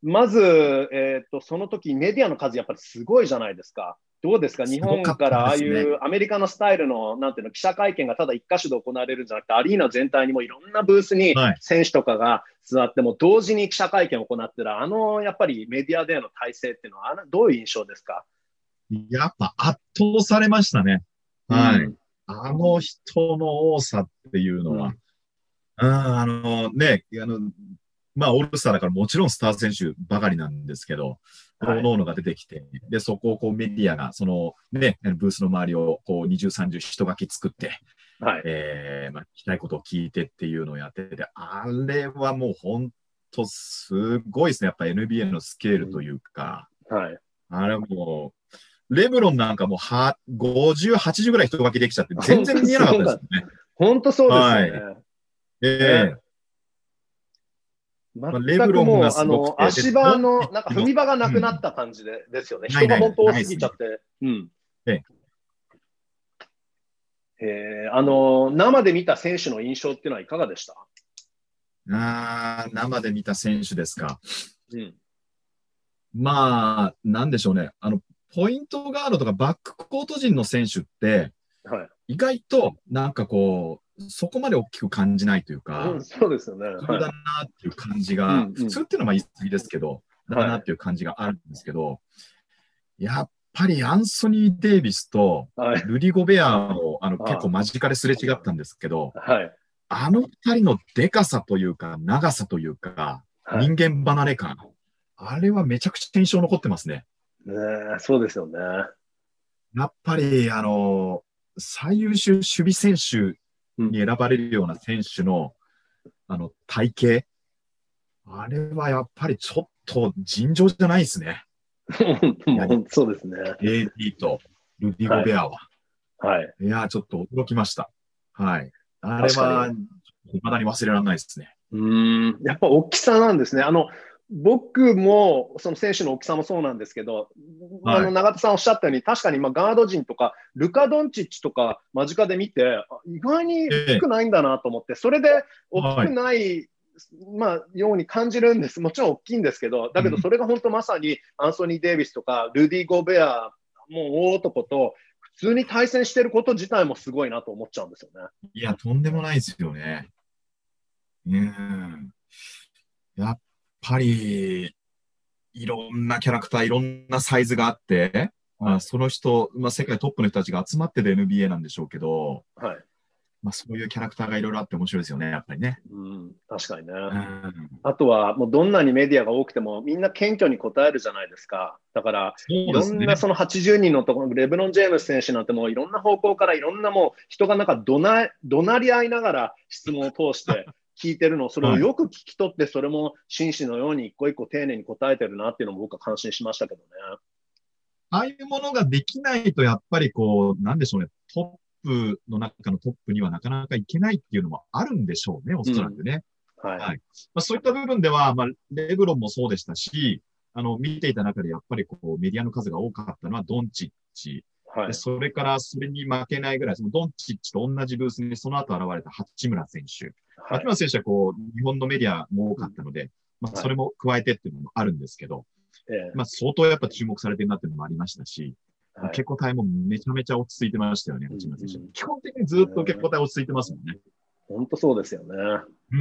まず、えっと、その時メディアの数やっぱりすごいじゃないですか。どうですか、日本からああいうアメリカのスタイルの、なんていうの、記者会見がただ一箇所で行われるんじゃなくて、アリーナ全体にもいろんなブースに選手とかが座っても、同時に記者会見を行ってる、あの、やっぱりメディアでの体制っていうのは、どういう印象ですか？ やっぱ圧倒されましたね。はい。うん、あの人の多さっていうのは、うん、あのね、あの、まあ、オールスターだからもちろんスター選手ばかりなんですけど、はい、各々が出てきて、で、そこをこうメディアが、そのね、ブースの周りをこうにじゅう、さんじゅう人書き作って、はい、えー、まあ、聞きたいことを聞いてっていうのをやってて、あれはもう本当すごいですね。やっぱ エヌビーエー のスケールというか、 うん、はい、 あれもう、レブロンなんかもうはごじゅう、はちじゅうぐらい人書きできちゃって全然見えなかったですよね。 本当そうですよね。はい、 ええーまあ、レブロンがあの足場のなんか踏み場がなくなった感じで、うん、ですよね。人が本当多すぎちゃって。うん。ええー、あの生で見た選手の印象っていうのはいかがでした？ あ生で見た選手ですか。 うん、 まあ、なんでしょうね。あの、ポイントガードとかバックコート陣の選手って、はい、意外となんかこう、そこまで大きく感じないというか、 うん、そうですよね。 普通だなっていう感じが、はい、普通っていうのは言い過ぎですけど、だなっていう感じがあるんですけど、はい、やっぱりアンソニー・デイビスとルディ・ゴベアを、あの結構間近ですれ違ったんですけど、はい、あの二人のデカさというか、長さというか、はい、人間離れ感、あれはめちゃくちゃ印象残ってますね。 ねえ、そうですよね。 やっぱり、あの、最優秀守備選手に選ばれるような選手の、うん、あの、体型。あれはやっぱりちょっと尋常じゃないですね。 そうですね。 エーディー とルディ・ゴベアは。 はい。 いや、ちょっと驚きました。はい。あれは、未だに忘れられないですね。 うん。やっぱ大きさなんですね。あの、僕も、その選手の大きさもそうなんですけど、はい、あの永田さんおっしゃったように、確かに今ガード陣とか、ルカ・ドンチッチとか間近で見て、意外に大きくないんだなと思って、それで大きくない、はい、まあ、ように感じるんです。もちろん大きいんですけど、だけどそれが本当まさにアンソニー・デイビスとか、ルディ・ゴベア、もう大男と普通に対戦してること自体もすごいなと思っちゃうんですよね。 いや、とんでもないですよね。うん。やっぱり、いろんなキャラクター、いろんなサイズがあって、まあ、その人、まあ、世界トップの人たちが集まってる エヌビーエー なんでしょうけど、はい、まあ、そういうキャラクターがいろいろあって面白いですよね、やっぱりね。 うん、確かにね。うん、あとは、もうどんなにメディアが多くても、みんな謙虚に答えるじゃないですか。だから、いろんなそのはちじゅうにんのところ、レブロン・ジェームス選手なんてもういろんな方向からいろんなもう人がなんか怒鳴怒鳴り合いながら質問を通して聞いてるのを、それをよく聞き取って、それも紳士のように一個一個丁寧に答えてるなっていうのも僕は感心しましたけどね。 ああいうものができないと、やっぱりこう、なんでしょうね、トップの中のトップにはなかなかいけないっていうのもあるんでしょうね、おそらくね。うん、はい。はい、まあ、そういった部分では、まあ、レブロンもそうでしたし、あの、見ていた中でやっぱりこう、メディアの数が多かったのはドンチッチ。はい、でそれからそれに負けないぐらい、そのドンチッチと同じブースにその後現れた八村選手。はい、八村選手はこう、日本のメディアも多かったので、まあ、それも加えてっていうのもあるんですけど、ええ、まあ相当やっぱ注目されてるなっていうのもありましたし、はい、受け答えもめちゃめちゃ落ち着いてましたよね、八村選手、うん。基本的にずっと受け答え落ち着いてますもんね。 本当そうですよね。 うん。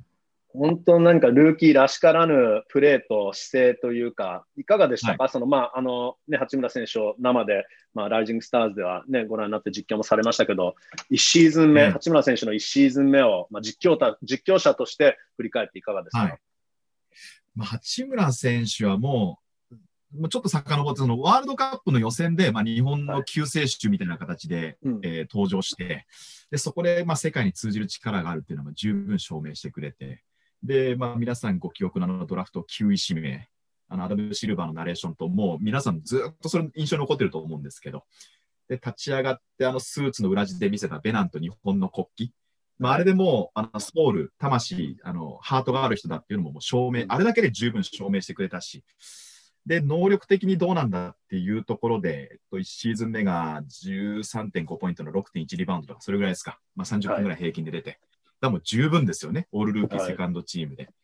本当なんかルーキーらしからぬプレーと姿勢というか、いかがでしたか、はい、そのまああのね、八村選手を生で、まあ、ライジングスターズでは、ね、ご覧になって実況もされましたけど、いちシーズン目、うん、八村選手のいちシーズン目を、まあ、実況た実況者として振り返っていかがですか。はい、 まあ、八村選手はもう、もうちょっと遡って、そのワールドカップの予選で、まあ、日本の救世主みたいな形で、はい、えー、登場して、でそこで、まあ、世界に通じる力があるっていうのは十分証明してくれて、で、まあ、皆さんご記憶のあのドラフトきゅうい指名、あのアダム・シルバーのナレーションと、もう皆さんずっとそれ印象に残ってると思うんですけど、で立ち上がってあのスーツの裏地で見せたベナンと日本の国旗、まあ、あれでもうあのソウル、魂、あのハートがある人だっていうのももう証明、あれだけで十分証明してくれたし、で能力的にどうなんだっていうところで、えっと、いちシーズン目が じゅうさんてんご ポイントの ろくてんいち リバウンドとか、それぐらいですか、まあ、さんじゅっぷんぐらい平均で出て、はい、だもう十分ですよね、オールルーキーセカンドチームで。はい、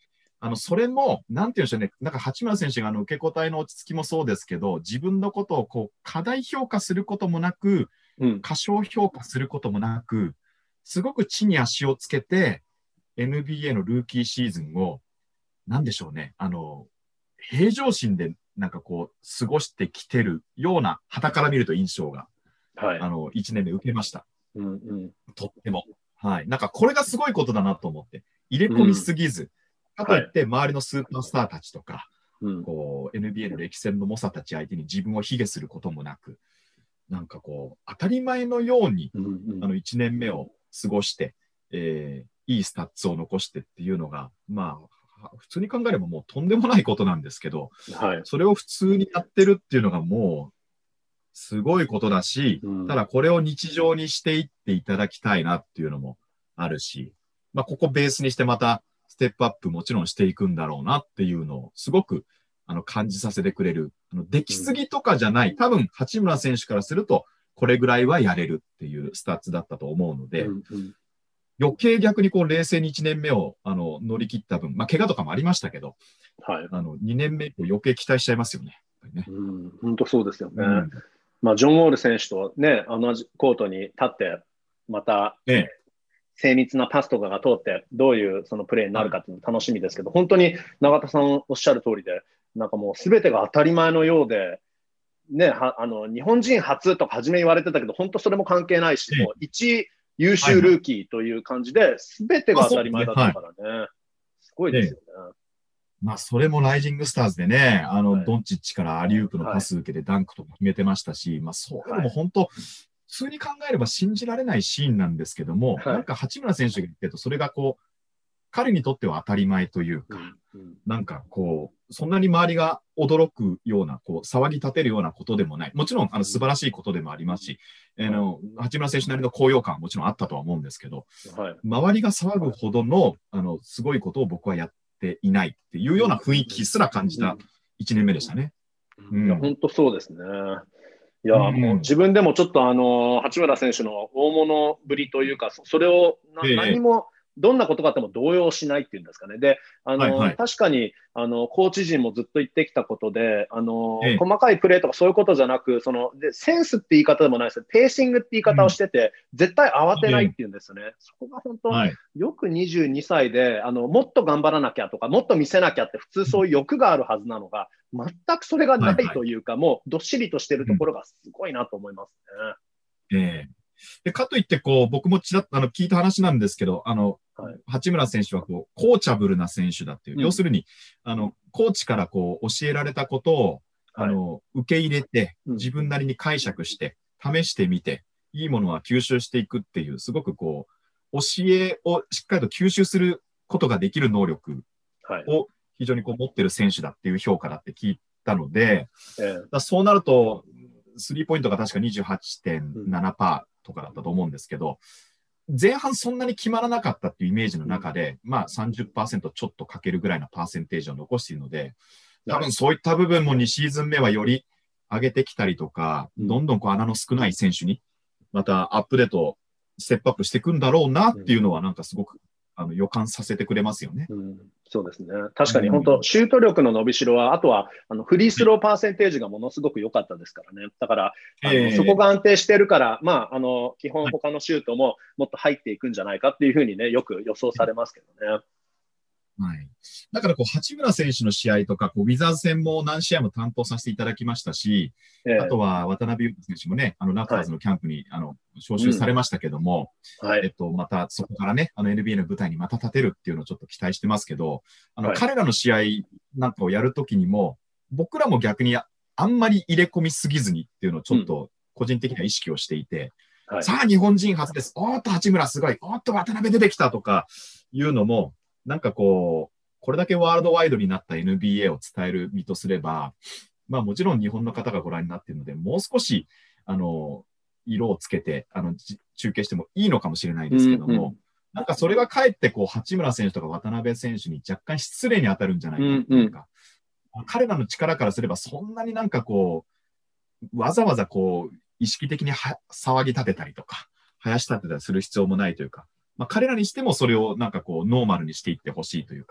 あの、それも、なんていうんでしょうね、なんか八村選手があの受け答えの落ち着きもそうですけど、自分のことをこう、過大評価することもなく、 うん、 過小評価することもなく、すごく地に足をつけて、エヌビーエー のルーキーシーズンを、なんでしょうね、あの、平常心でなんかこう、過ごしてきてるような、傍から見ると印象が、 はい。 あの、一年目受けました。 うんうん、 とっても。はい。なんかこれがすごいことだなと思って。入れ込みすぎず、うん、かといって周りのスーパースターたちとか、はい、こう、エヌビーエー の歴戦の猛者たち相手に自分を卑下することもなく、なんかこう、当たり前のように、うんうん、あの、一年目を過ごして、えー、いいスタッツを残してっていうのが、まあ、普通に考えればもうとんでもないことなんですけど、はい、それを普通にやってるっていうのがもう、すごいことだし、うん、ただこれを日常にしていっていただきたいなっていうのもあるし、まあ、ここベースにしてまたステップアップもちろんしていくんだろうなっていうのをすごくあの感じさせてくれる。あの、できすぎとかじゃない、多分八村選手からするとこれぐらいはやれるっていうスタッツだったと思うので、うんうん、余計逆にこう冷静にいちねんめをあの乗り切った分、まあ、怪我とかもありましたけど、はい、あのにねんめ余計期待しちゃいますよね。 ね、うん、本当そうですよね。うん、まあ、ジョン・ウォール選手とね、同じコートに立って、また、ね、精密なパスとかが通って、どういうそのプレーになるかっていうの楽しみですけど、はい、本当に永田さんおっしゃる通りで、なんかもうすべてが当たり前のようで、ね、はあの日本人初とか初め言われてたけど、本当それも関係ないし、もう一優秀ルーキーという感じで、すべてが当たり前だったからね、はい、すごいですよね。 まあ、それもライジングスターズでね、あの、はい、ドンチッチからアリウープのパス受けてダンクとか決めてましたし、はい、まあ、そういうのも本当、はい、普通に考えれば信じられないシーンなんですけども、はい、なんか八村選手が言ってると、それがこう、彼にとっては当たり前というか、うんうん、なんかこう、そんなに周りが驚くような、こう、騒ぎ立てるようなことでもない。もちろん、あの、素晴らしいことでもありますし、うん、あの、八村選手なりの高揚感はもちろんあったとは思うんですけど、はい、周りが騒ぐほどの、あの、すごいことを僕はやって、いないっていうような雰囲気すら感じたいちねんめでしたね。 うん、いや、本当そうですね。いや、うん、もう自分でもちょっとあの、八村選手の大物ぶりというか、それをな、えー、何も、どんなことがあっても動揺しないっていうんですかね。で、あの、はいはい、確かに、あの、コーチ陣もずっと言ってきたことで、あの、ええ、細かいプレーとかそういうことじゃなく、その、で、センスって言い方でもないですけど、ペーシングって言い方をしてて、うん、絶対慌てないっていうんですよね。ええ、そこが本当、はい、よくにじゅうにさいで、あの、もっと頑張らなきゃとか、もっと見せなきゃって普通そういう欲があるはずなのが、全くそれがないというか、はいはい、もうどっしりとしてるところがすごいなと思いますね。うん、ええでかといって、こう、僕もちらっとあの聞いた話なんですけど、あの、はい、八村選手はこう、コーチャブルな選手だっていう。うん、要するに、あの、コーチからこう、教えられたことを、あの、はい、受け入れて、自分なりに解釈して、試してみて、いいものは吸収していくっていう、すごくこう、教えをしっかりと吸収することができる能力を非常にこう持ってる選手だっていう評価だって聞いたので、ええ、だそうなると、スリーポイントが確か にじゅうはちてんななパーセント、とかだったと思うんですけど、前半そんなに決まらなかったっていうイメージの中で、うん、まあ さんじゅっパーセント ちょっとかけるぐらいのパーセンテージを残しているので、多分そういった部分もにシーズン目はより上げてきたりとか、うん、どんどんこう穴の少ない選手に、またアップデート、ステップアップしていくんだろうなっていうのはなんかすごく、あの予感させてくれますよね。 うん、そうですね。確かに本当、うん、シュート力の伸びしろは、あとはあのフリースローパーセンテージがものすごく良かったですからね。だからあの、えー、そこが安定してるから、まあ、あの基本他のシュートももっと入っていくんじゃないかっていうふうにね、よく予想されますけどね。 はい。だから、こう、八村選手の試合とか、こう、ウィザーズ戦も何試合も担当させていただきましたし、えー、あとは渡辺裕太選手もね、あの、ラプターズのキャンプに、はい、あの、招集されましたけども、うんはい、えっと、またそこからね、あの エヌビーエー の舞台にまた立てるっていうのをちょっと期待してますけど、あの、はい、彼らの試合なんかをやるときにも、僕らも逆にあんまり入れ込みすぎずにっていうのをちょっと個人的には意識をしていて、うんはい、さあ、日本人初です。おーっと、八村すごい。おーっと、渡辺出てきたとかいうのも、なんかこう、これだけワールドワイドになった エヌビーエー を伝える身とすれば、まあもちろん日本の方がご覧になっているので、もう少し、あの、色をつけて、あの、中継してもいいのかもしれないですけども、うんうん、なんかそれがかえってこう、八村選手とか渡辺選手に若干失礼に当たるんじゃないかっていうか、うんうん、彼らの力からすればそんなになんかこう、わざわざこう、意識的には騒ぎ立てたりとか、生やし立てたりする必要もないというか、まあ彼らにしてもそれをなんかこう、ノーマルにしていってほしいというか、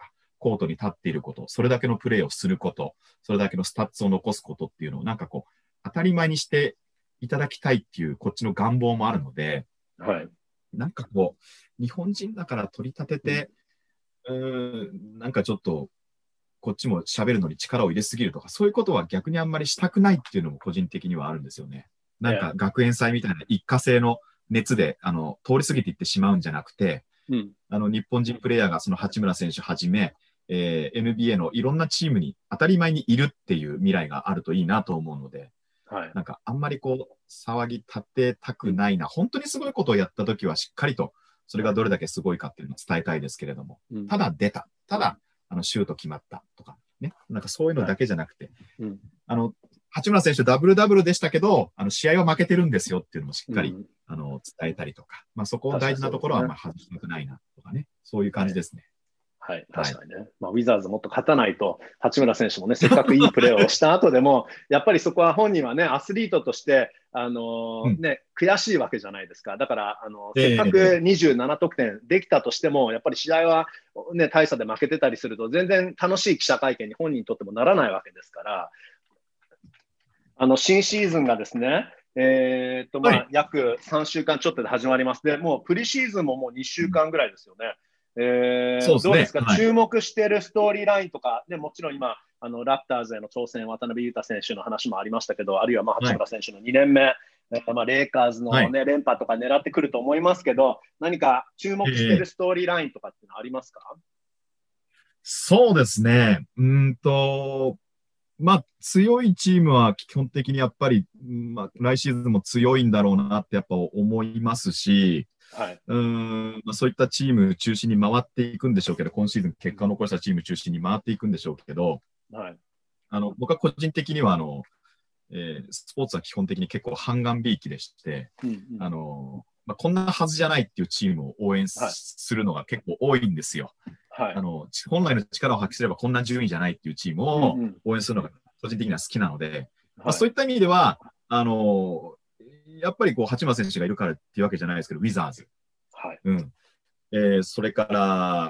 コートに立っていること、それだけのプレーをすること、それだけのスタッツを残すことっていうのをなんかこう、当たり前にしていただきたいっていう、こっちの願望もあるので、 はい。 なんかこう、日本人だから取り立てて、うん、うーんなんかちょっと、こっちも喋るのに力を入れすぎるとか、そういうことは逆にあんまりしたくないっていうのも個人的にはあるんですよね。なんか学園祭みたいな一過性の熱で、あの、通り過ぎていってしまうんじゃなくて、 うん、 あの、日本人プレイヤーがその八村選手はじめ、えー、エヌビーエー のいろんなチームに当たり前にいるっていう未来があるといいなと思うので、 はい。 なんかあんまりこう、騒ぎ立てたくないな。本当にすごいことをやったときはしっかりと、それがどれだけすごいかっていうのを伝えたいですけれども、 うん、 ただ出た。ただ、あの、シュート決まったとか、ね。なんかそういうのだけじゃなくて、 はい、うん、 あの、八村選手ダブルダブルでしたけど、あの、試合は負けてるんですよっていうのもしっかり、うん、あの、伝えたりとか、まあそこ大事なところはまあ外したくないなとかね。そういう感じですね。 はい、確かにね。はい、まあ、ウィザーズもっと勝たないと、八村選手もね、せっかくいいプレーをした後でも、やっぱりそこは本人はね、アスリートとして、あのー、ね、うん、悔しいわけじゃないですか。だから、あのー、せっかくにじゅうなな得点できたとしても、やっぱり試合は、ね、大差で負けてたりすると、全然楽しい記者会見に本人にとってもならないわけですから、あの、新シーズンがですね、えー、っと、まあ、はい、約さんしゅうかんちょっとで始まります。で、もうプリシーズンももうにしゅうかんぐらいですよね。えー、そうですね、どうですか、はい、注目しているストーリーラインとか、ね、もちろん今、あのラプターズへの挑戦、渡辺裕太選手の話もありましたけど、あるいはまあ八村選手のにねんめ、はい、まあ、レイカーズの、ね、はい、連覇とか狙ってくると思いますけど、何か注目しているストーリーラインとかってのありますか？えー、 そうですね。うんと、まあ、強いチームは基本的にやっぱり、まあ、来シーズンも強いんだろうなってやっぱ思いますし、はい、うーんまあ、そういったチーム中心に回っていくんでしょうけど、今シーズン結果を残したチーム中心に回っていくんでしょうけど、はい、あの僕は個人的にはあの、えー、スポーツは基本的に結構半眼びいきでして、うんうん、あのまあ、こんなはずじゃないっていうチームを応援 す,、はい、するのが結構多いんですよ、はい、あの。本来の力を発揮すればこんな順位じゃないっていうチームを応援するのが個人的には好きなので、はい、まあ、そういった意味では、あのやっぱりこう八村選手がいるからっていうわけじゃないですけど、ウィザーズ、はい、うん、えー、それから、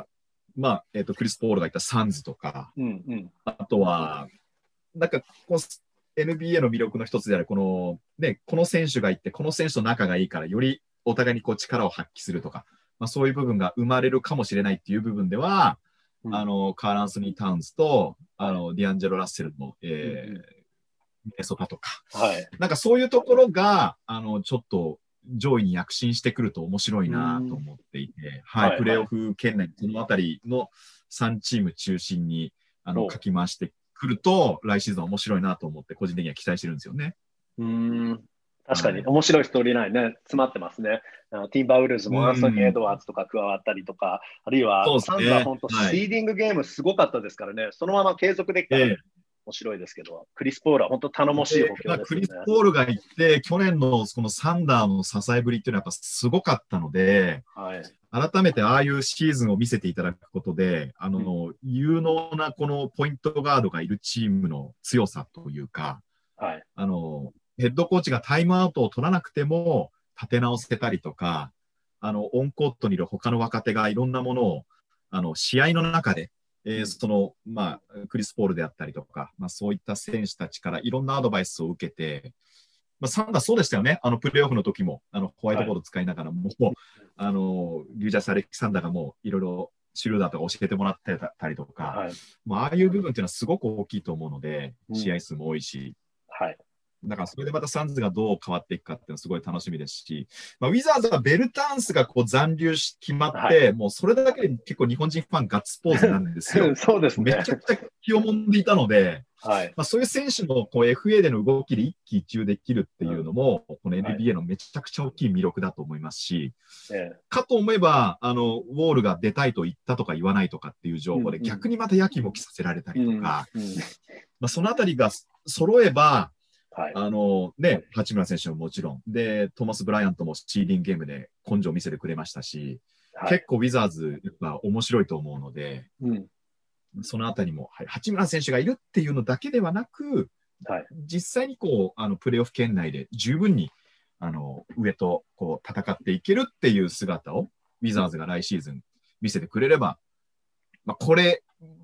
まあえー、とクリス・ポールがいたサンズとか、うんうん、あとは、なんかこう エヌビーエー の魅力の一つであるこの、ね、この選手がいて、この選手と仲がいいから、よりお互いにこう力を発揮するとか、まあ、そういう部分が生まれるかもしれないっていう部分では、うん、あのカール・アンソニー・タウンズとあのディアンジェロ・ラッセルの、えーうんうん、ミネソタとか、はい、なんかそういうところがあのちょっと上位に躍進してくると面白いなと思っていて、はいはい、プレーオフ圏内、このあたりのさんチーム中心にあの書き回してくると、来シーズン面白いなと思って、個人的には期待してるんですよね。 うーん、確かに面白いストーリーラインね、詰まってますね。あのティンバーウルズもアンソニー・エドワーズとか加わったりとか、あるいはサンズは本当、シーディングゲームすごかったですからね、はい、そのまま継続できたら、ね、面白いですけど、クリス・ポールは本当頼もしい補強ですね。 クリス・ポールがいて、去年のこのサンダーの支えぶりっていうのはやっぱすごかったので、はい、改めてああいうシーズンを見せていただくことで、あの、うん、有能なこのポイントガードがいるチームの強さというか、はい、あの、ヘッドコーチがタイムアウトを取らなくても立て直せたりとか、あの、オンコートにいる他の若手がいろんなものを、あの、試合の中で、えー、その、まあ、クリス・ポールであったりとか、まあ、そういった選手たちからいろんなアドバイスを受けて、まあ、サンダーそうでしたよね。あの、プレーオフの時も、あの、ホワイトボード使いながらも、はい、あの、リュージャス・アレキサンダーがもういろいろシュルーダーとか教えてもらってたりとか、はい、まあ、ああいう部分っていうのはすごく大きいと思うので、試合数も多いし、うん、はい。だからそれでまたサンズがどう変わっていくかっていうのはすごい楽しみですし、まあ、ウィザーズはベルタンスがこう残留し決まって、はい、もうそれだけで結構日本人ファンガッツポーズなんですよ。 そうですね。 めちゃくちゃ気をもんでいたので、はいまあ、そういう選手のこう エフエー での動きで一喜一憂できるっていうのも、うん、この エヌビーエー のめちゃくちゃ大きい魅力だと思いますし、はい、かと思えばあのウォールが出たいと言ったとか言わないとかっていう情報で、うん、逆にまたやきもきさせられたりとか、うんうんまあ、そのあたりが揃えば、はい、あのね、八村選手ももちろんでトーマス・ブライアントもシーディングゲームで根性を見せてくれましたし、はい、結構ウィザーズは面白いと思うので、うん、そのあたりも、はい、八村選手がいるっていうのだけではなく、はい、実際にこうあのプレーオフ圏内で十分にあの上とこう戦っていけるっていう姿をウィザーズが来シーズン見せてくれれば、まあ、これ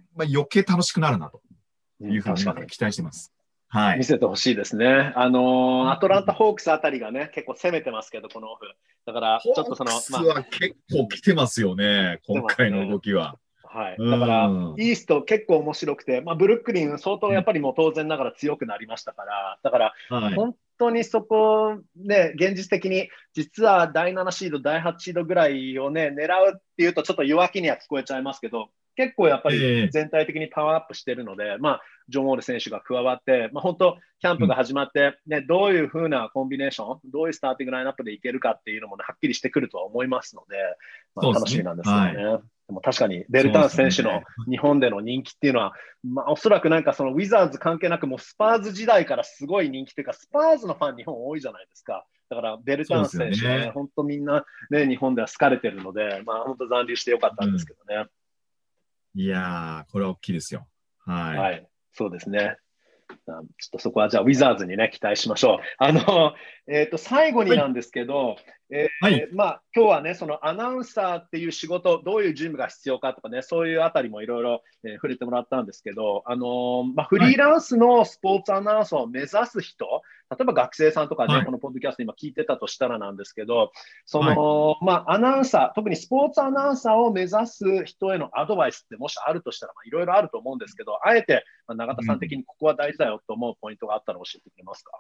まあ、余計楽しくなるなというふうに期待してます。はい。 見せてほしいですね。あのー、アトランタ・ホークスあたりがね、結構攻めてますけど、このオフ。だから、ちょっとその、 ホークスは結構来てますよね、まあ、今回の動きは。 はい。だから、イースト結構面白くて、まあ、ブルックリン相当やっぱりもう当然ながら強くなりましたから、だから、本当にそこ、ね、現実的に、実はだいななシード、だいはちシードぐらいをね、狙うっていうとちょっと弱気には聞こえちゃいますけど、結構やっぱり全体的にパワーアップしてるので、えー、まあ、ジョン・ウォール選手が加わって、まあ、本当、キャンプが始まって、ね、うん、どういうふうなコンビネーション、どういうスターティングラインナップでいけるかっていうのも、ね、はっきりしてくるとは思いますので、まあ、楽しみなんですけどね。はい、でも確かに、ベルタンス選手の日本での人気っていうのは、まあ、おそらくなんかそのウィザーズ関係なく、もうスパーズ時代からすごい人気というか、スパーズのファン、日本多いじゃないですか。だから、ベルタンス選手はね、本当みんな、ね、日本では好かれてるので、まあ、本当残留してよかったんですけどね。うんいやー、これは大きいですよ。はい。 はい、そうですね。ちょっとそこはじゃあ、ウィザーズにね、期待しましょう。あの、えっと、最後になんですけど、はいえーはい、まあ、今日はね、そのアナウンサーっていう仕事、どういう準備が必要かとかね、そういうあたりもいろいろ触れてもらったんですけど、あのー、まあ、フリーランスのスポーツアナウンサーを目指す人、はい、例えば学生さんとかね、はい、このポッドキャスト今聞いてたとしたらなんですけど、その、はい、まあ、アナウンサー、特にスポーツアナウンサーを目指す人へのアドバイスってもしあるとしたら、まあ、いろいろあると思うんですけど、あえて、まあ、永田さん的にここは大事だよと思うポイントがあったら教えてくれますか？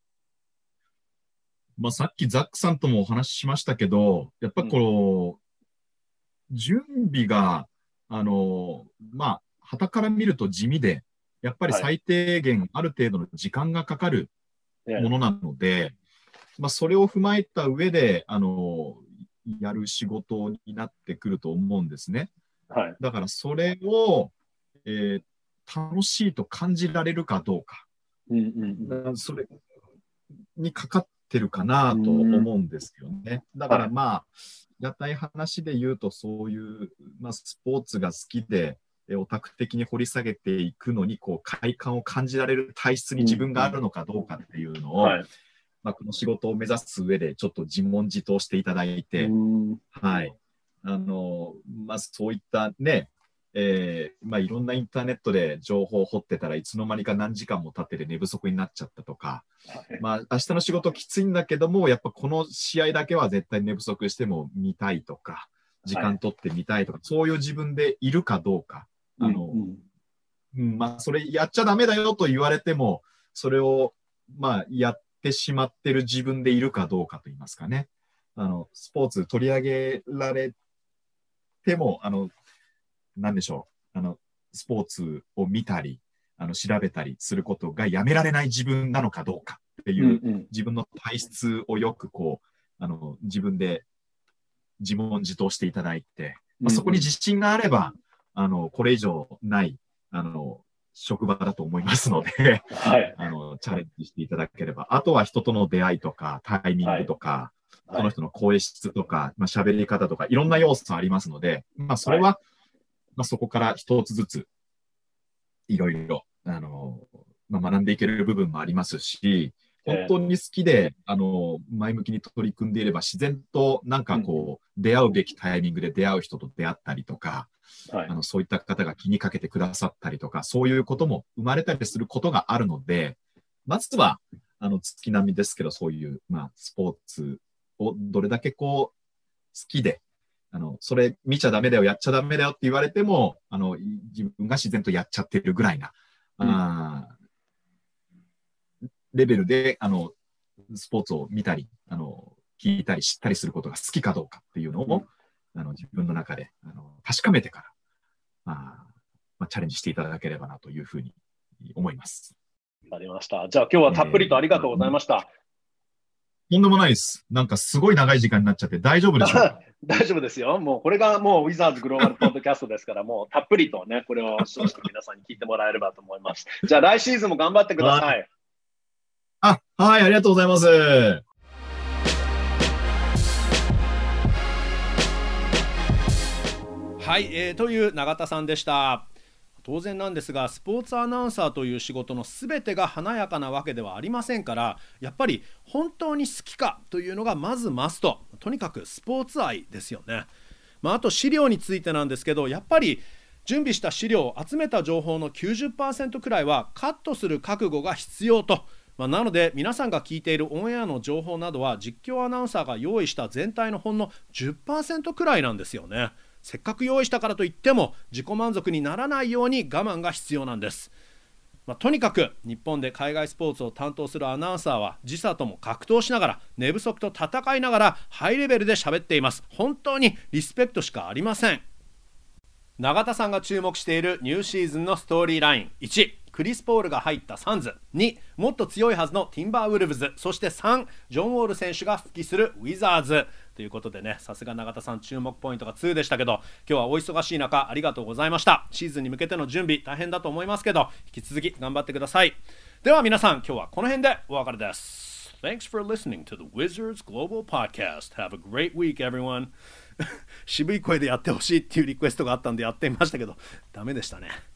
まあ、さっきザックさんともお話ししましたけど、やっぱこの、うん、準備が、あの、まあ、傍から見ると地味で、やっぱり最低限ある程度の時間がかかるものなので、はい、まあ、それを踏まえた上で、あの、やる仕事になってくると思うんですね。 はい。 だからそれを、えー、楽しいと感じられるかどうか。 うんうんうん、 それにかかっててるかなと思うんですよね。だからまあ、やたい話で言うとそういう、まあ、スポーツが好きで、オタク的に掘り下げていくのに、こう、快感を感じられる体質に自分があるのかどうかっていうのを、はい、まあ、この仕事を目指す上でちょっと自問自答していただいて、はい。あの、まあ、そういったね、えー、まあいろんなインターネットで情報を掘ってたらいつの間にか何時間も経ってて寝不足になっちゃったとか、はい、まあ明日の仕事きついんだけども、やっぱこの試合だけは絶対寝不足しても見たいとか、時間取って見たいとか、はい、そういう自分でいるかどうか、あの、うんうん、まあそれやっちゃダメだよと言われても、それをまあやってしまってる自分でいるかどうかと言いますかね。あの、スポーツ取り上げられても、あの、なんでしょう。あの、スポーツを見たり、あの、調べたりすることがやめられない自分なのかどうかっていう、うんうん、自分の体質をよくこう、あの、自分で自問自答していただいて、まあ、そこに自信があれば、あの、これ以上ない、あの、職場だと思いますので、はい、あの、チャレンジしていただければ。あとは人との出会いとか、タイミングとか、はい、その人の声質とか、まあ、喋り方とか、いろんな要素ありますので、まあ、それは、はいまあ、そこから一つずつ、いろいろ、あの、まあ、学んでいける部分もありますし、本当に好きで、えー、あの、前向きに取り組んでいれば、自然となんかこう、うん、出会うべきタイミングで出会う人と出会ったりとか、はい、あの、そういった方が気にかけてくださったりとか、そういうことも生まれたりすることがあるので、まずは、あの、月並みですけど、そういう、まあ、スポーツをどれだけこう、好きで、あの、それ見ちゃダメだよ、やっちゃダメだよって言われても、あの、自分が自然とやっちゃってるぐらいな、うん、あレベルで、あの、スポーツを見たり、あの、聞いたり知ったりすることが好きかどうかっていうのを、うん、あの、自分の中で、あの、確かめてから、あまあ、チャレンジしていただければなというふうに思います。 わかりました。じゃあ今日はたっぷりとありがとうございました。えーとんでもないです。なんかすごい長い時間になっちゃって大丈夫でしょうか？ 大丈夫ですよ。もうこれがもうウィザーズグローバルポッドキャストですから、もうたっぷりとね、これを視聴者の皆さんに聞いてもらえればと思います。じゃあ来シーズンも頑張ってください。 あ、はい、ありがとうございます。 はい、えー、という永田さんでした。当然なんですが、スポーツアナウンサーという仕事の全てが華やかなわけではありませんから、やっぱり本当に好きかというのがまずマスト。とにかくスポーツ愛ですよね。まあ、あと資料についてなんですけど、やっぱり準備した資料、集めた情報の きゅうじゅっパーセント くらいはカットする覚悟が必要と、まあ、なので皆さんが聞いているオンエアの情報などは実況アナウンサーが用意した全体のほんの じゅっパーセント くらいなんですよね。せっかく用意したからといっても自己満足にならないように我慢が必要なんです。まあ、とにかく日本で海外スポーツを担当するアナウンサーは時差とも格闘しながら寝不足と戦いながらハイレベルで喋っています。本当にリスペクトしかありません。永田さんが注目しているニューシーズンのストーリーライン、いち、クリス・ポールが入ったサンズ、に、もっと強いはずのティンバーウルブズ、そしてさん、ジョン・ウォール選手が復帰するウィザーズということでね、さすが永田さん注目ポイントがにでしたけど、今日はお忙しい中ありがとうございました。シーズンに向けての準備大変だと思いますけど、引き続き頑張ってください。では皆さん、今日はこの辺でお別れです。 Thanks for listening to the Wizards Global Podcast. Have a great week, everyone. 渋い声でやってほしいっていうリクエストがあったんでやってみましたけどダメでしたね。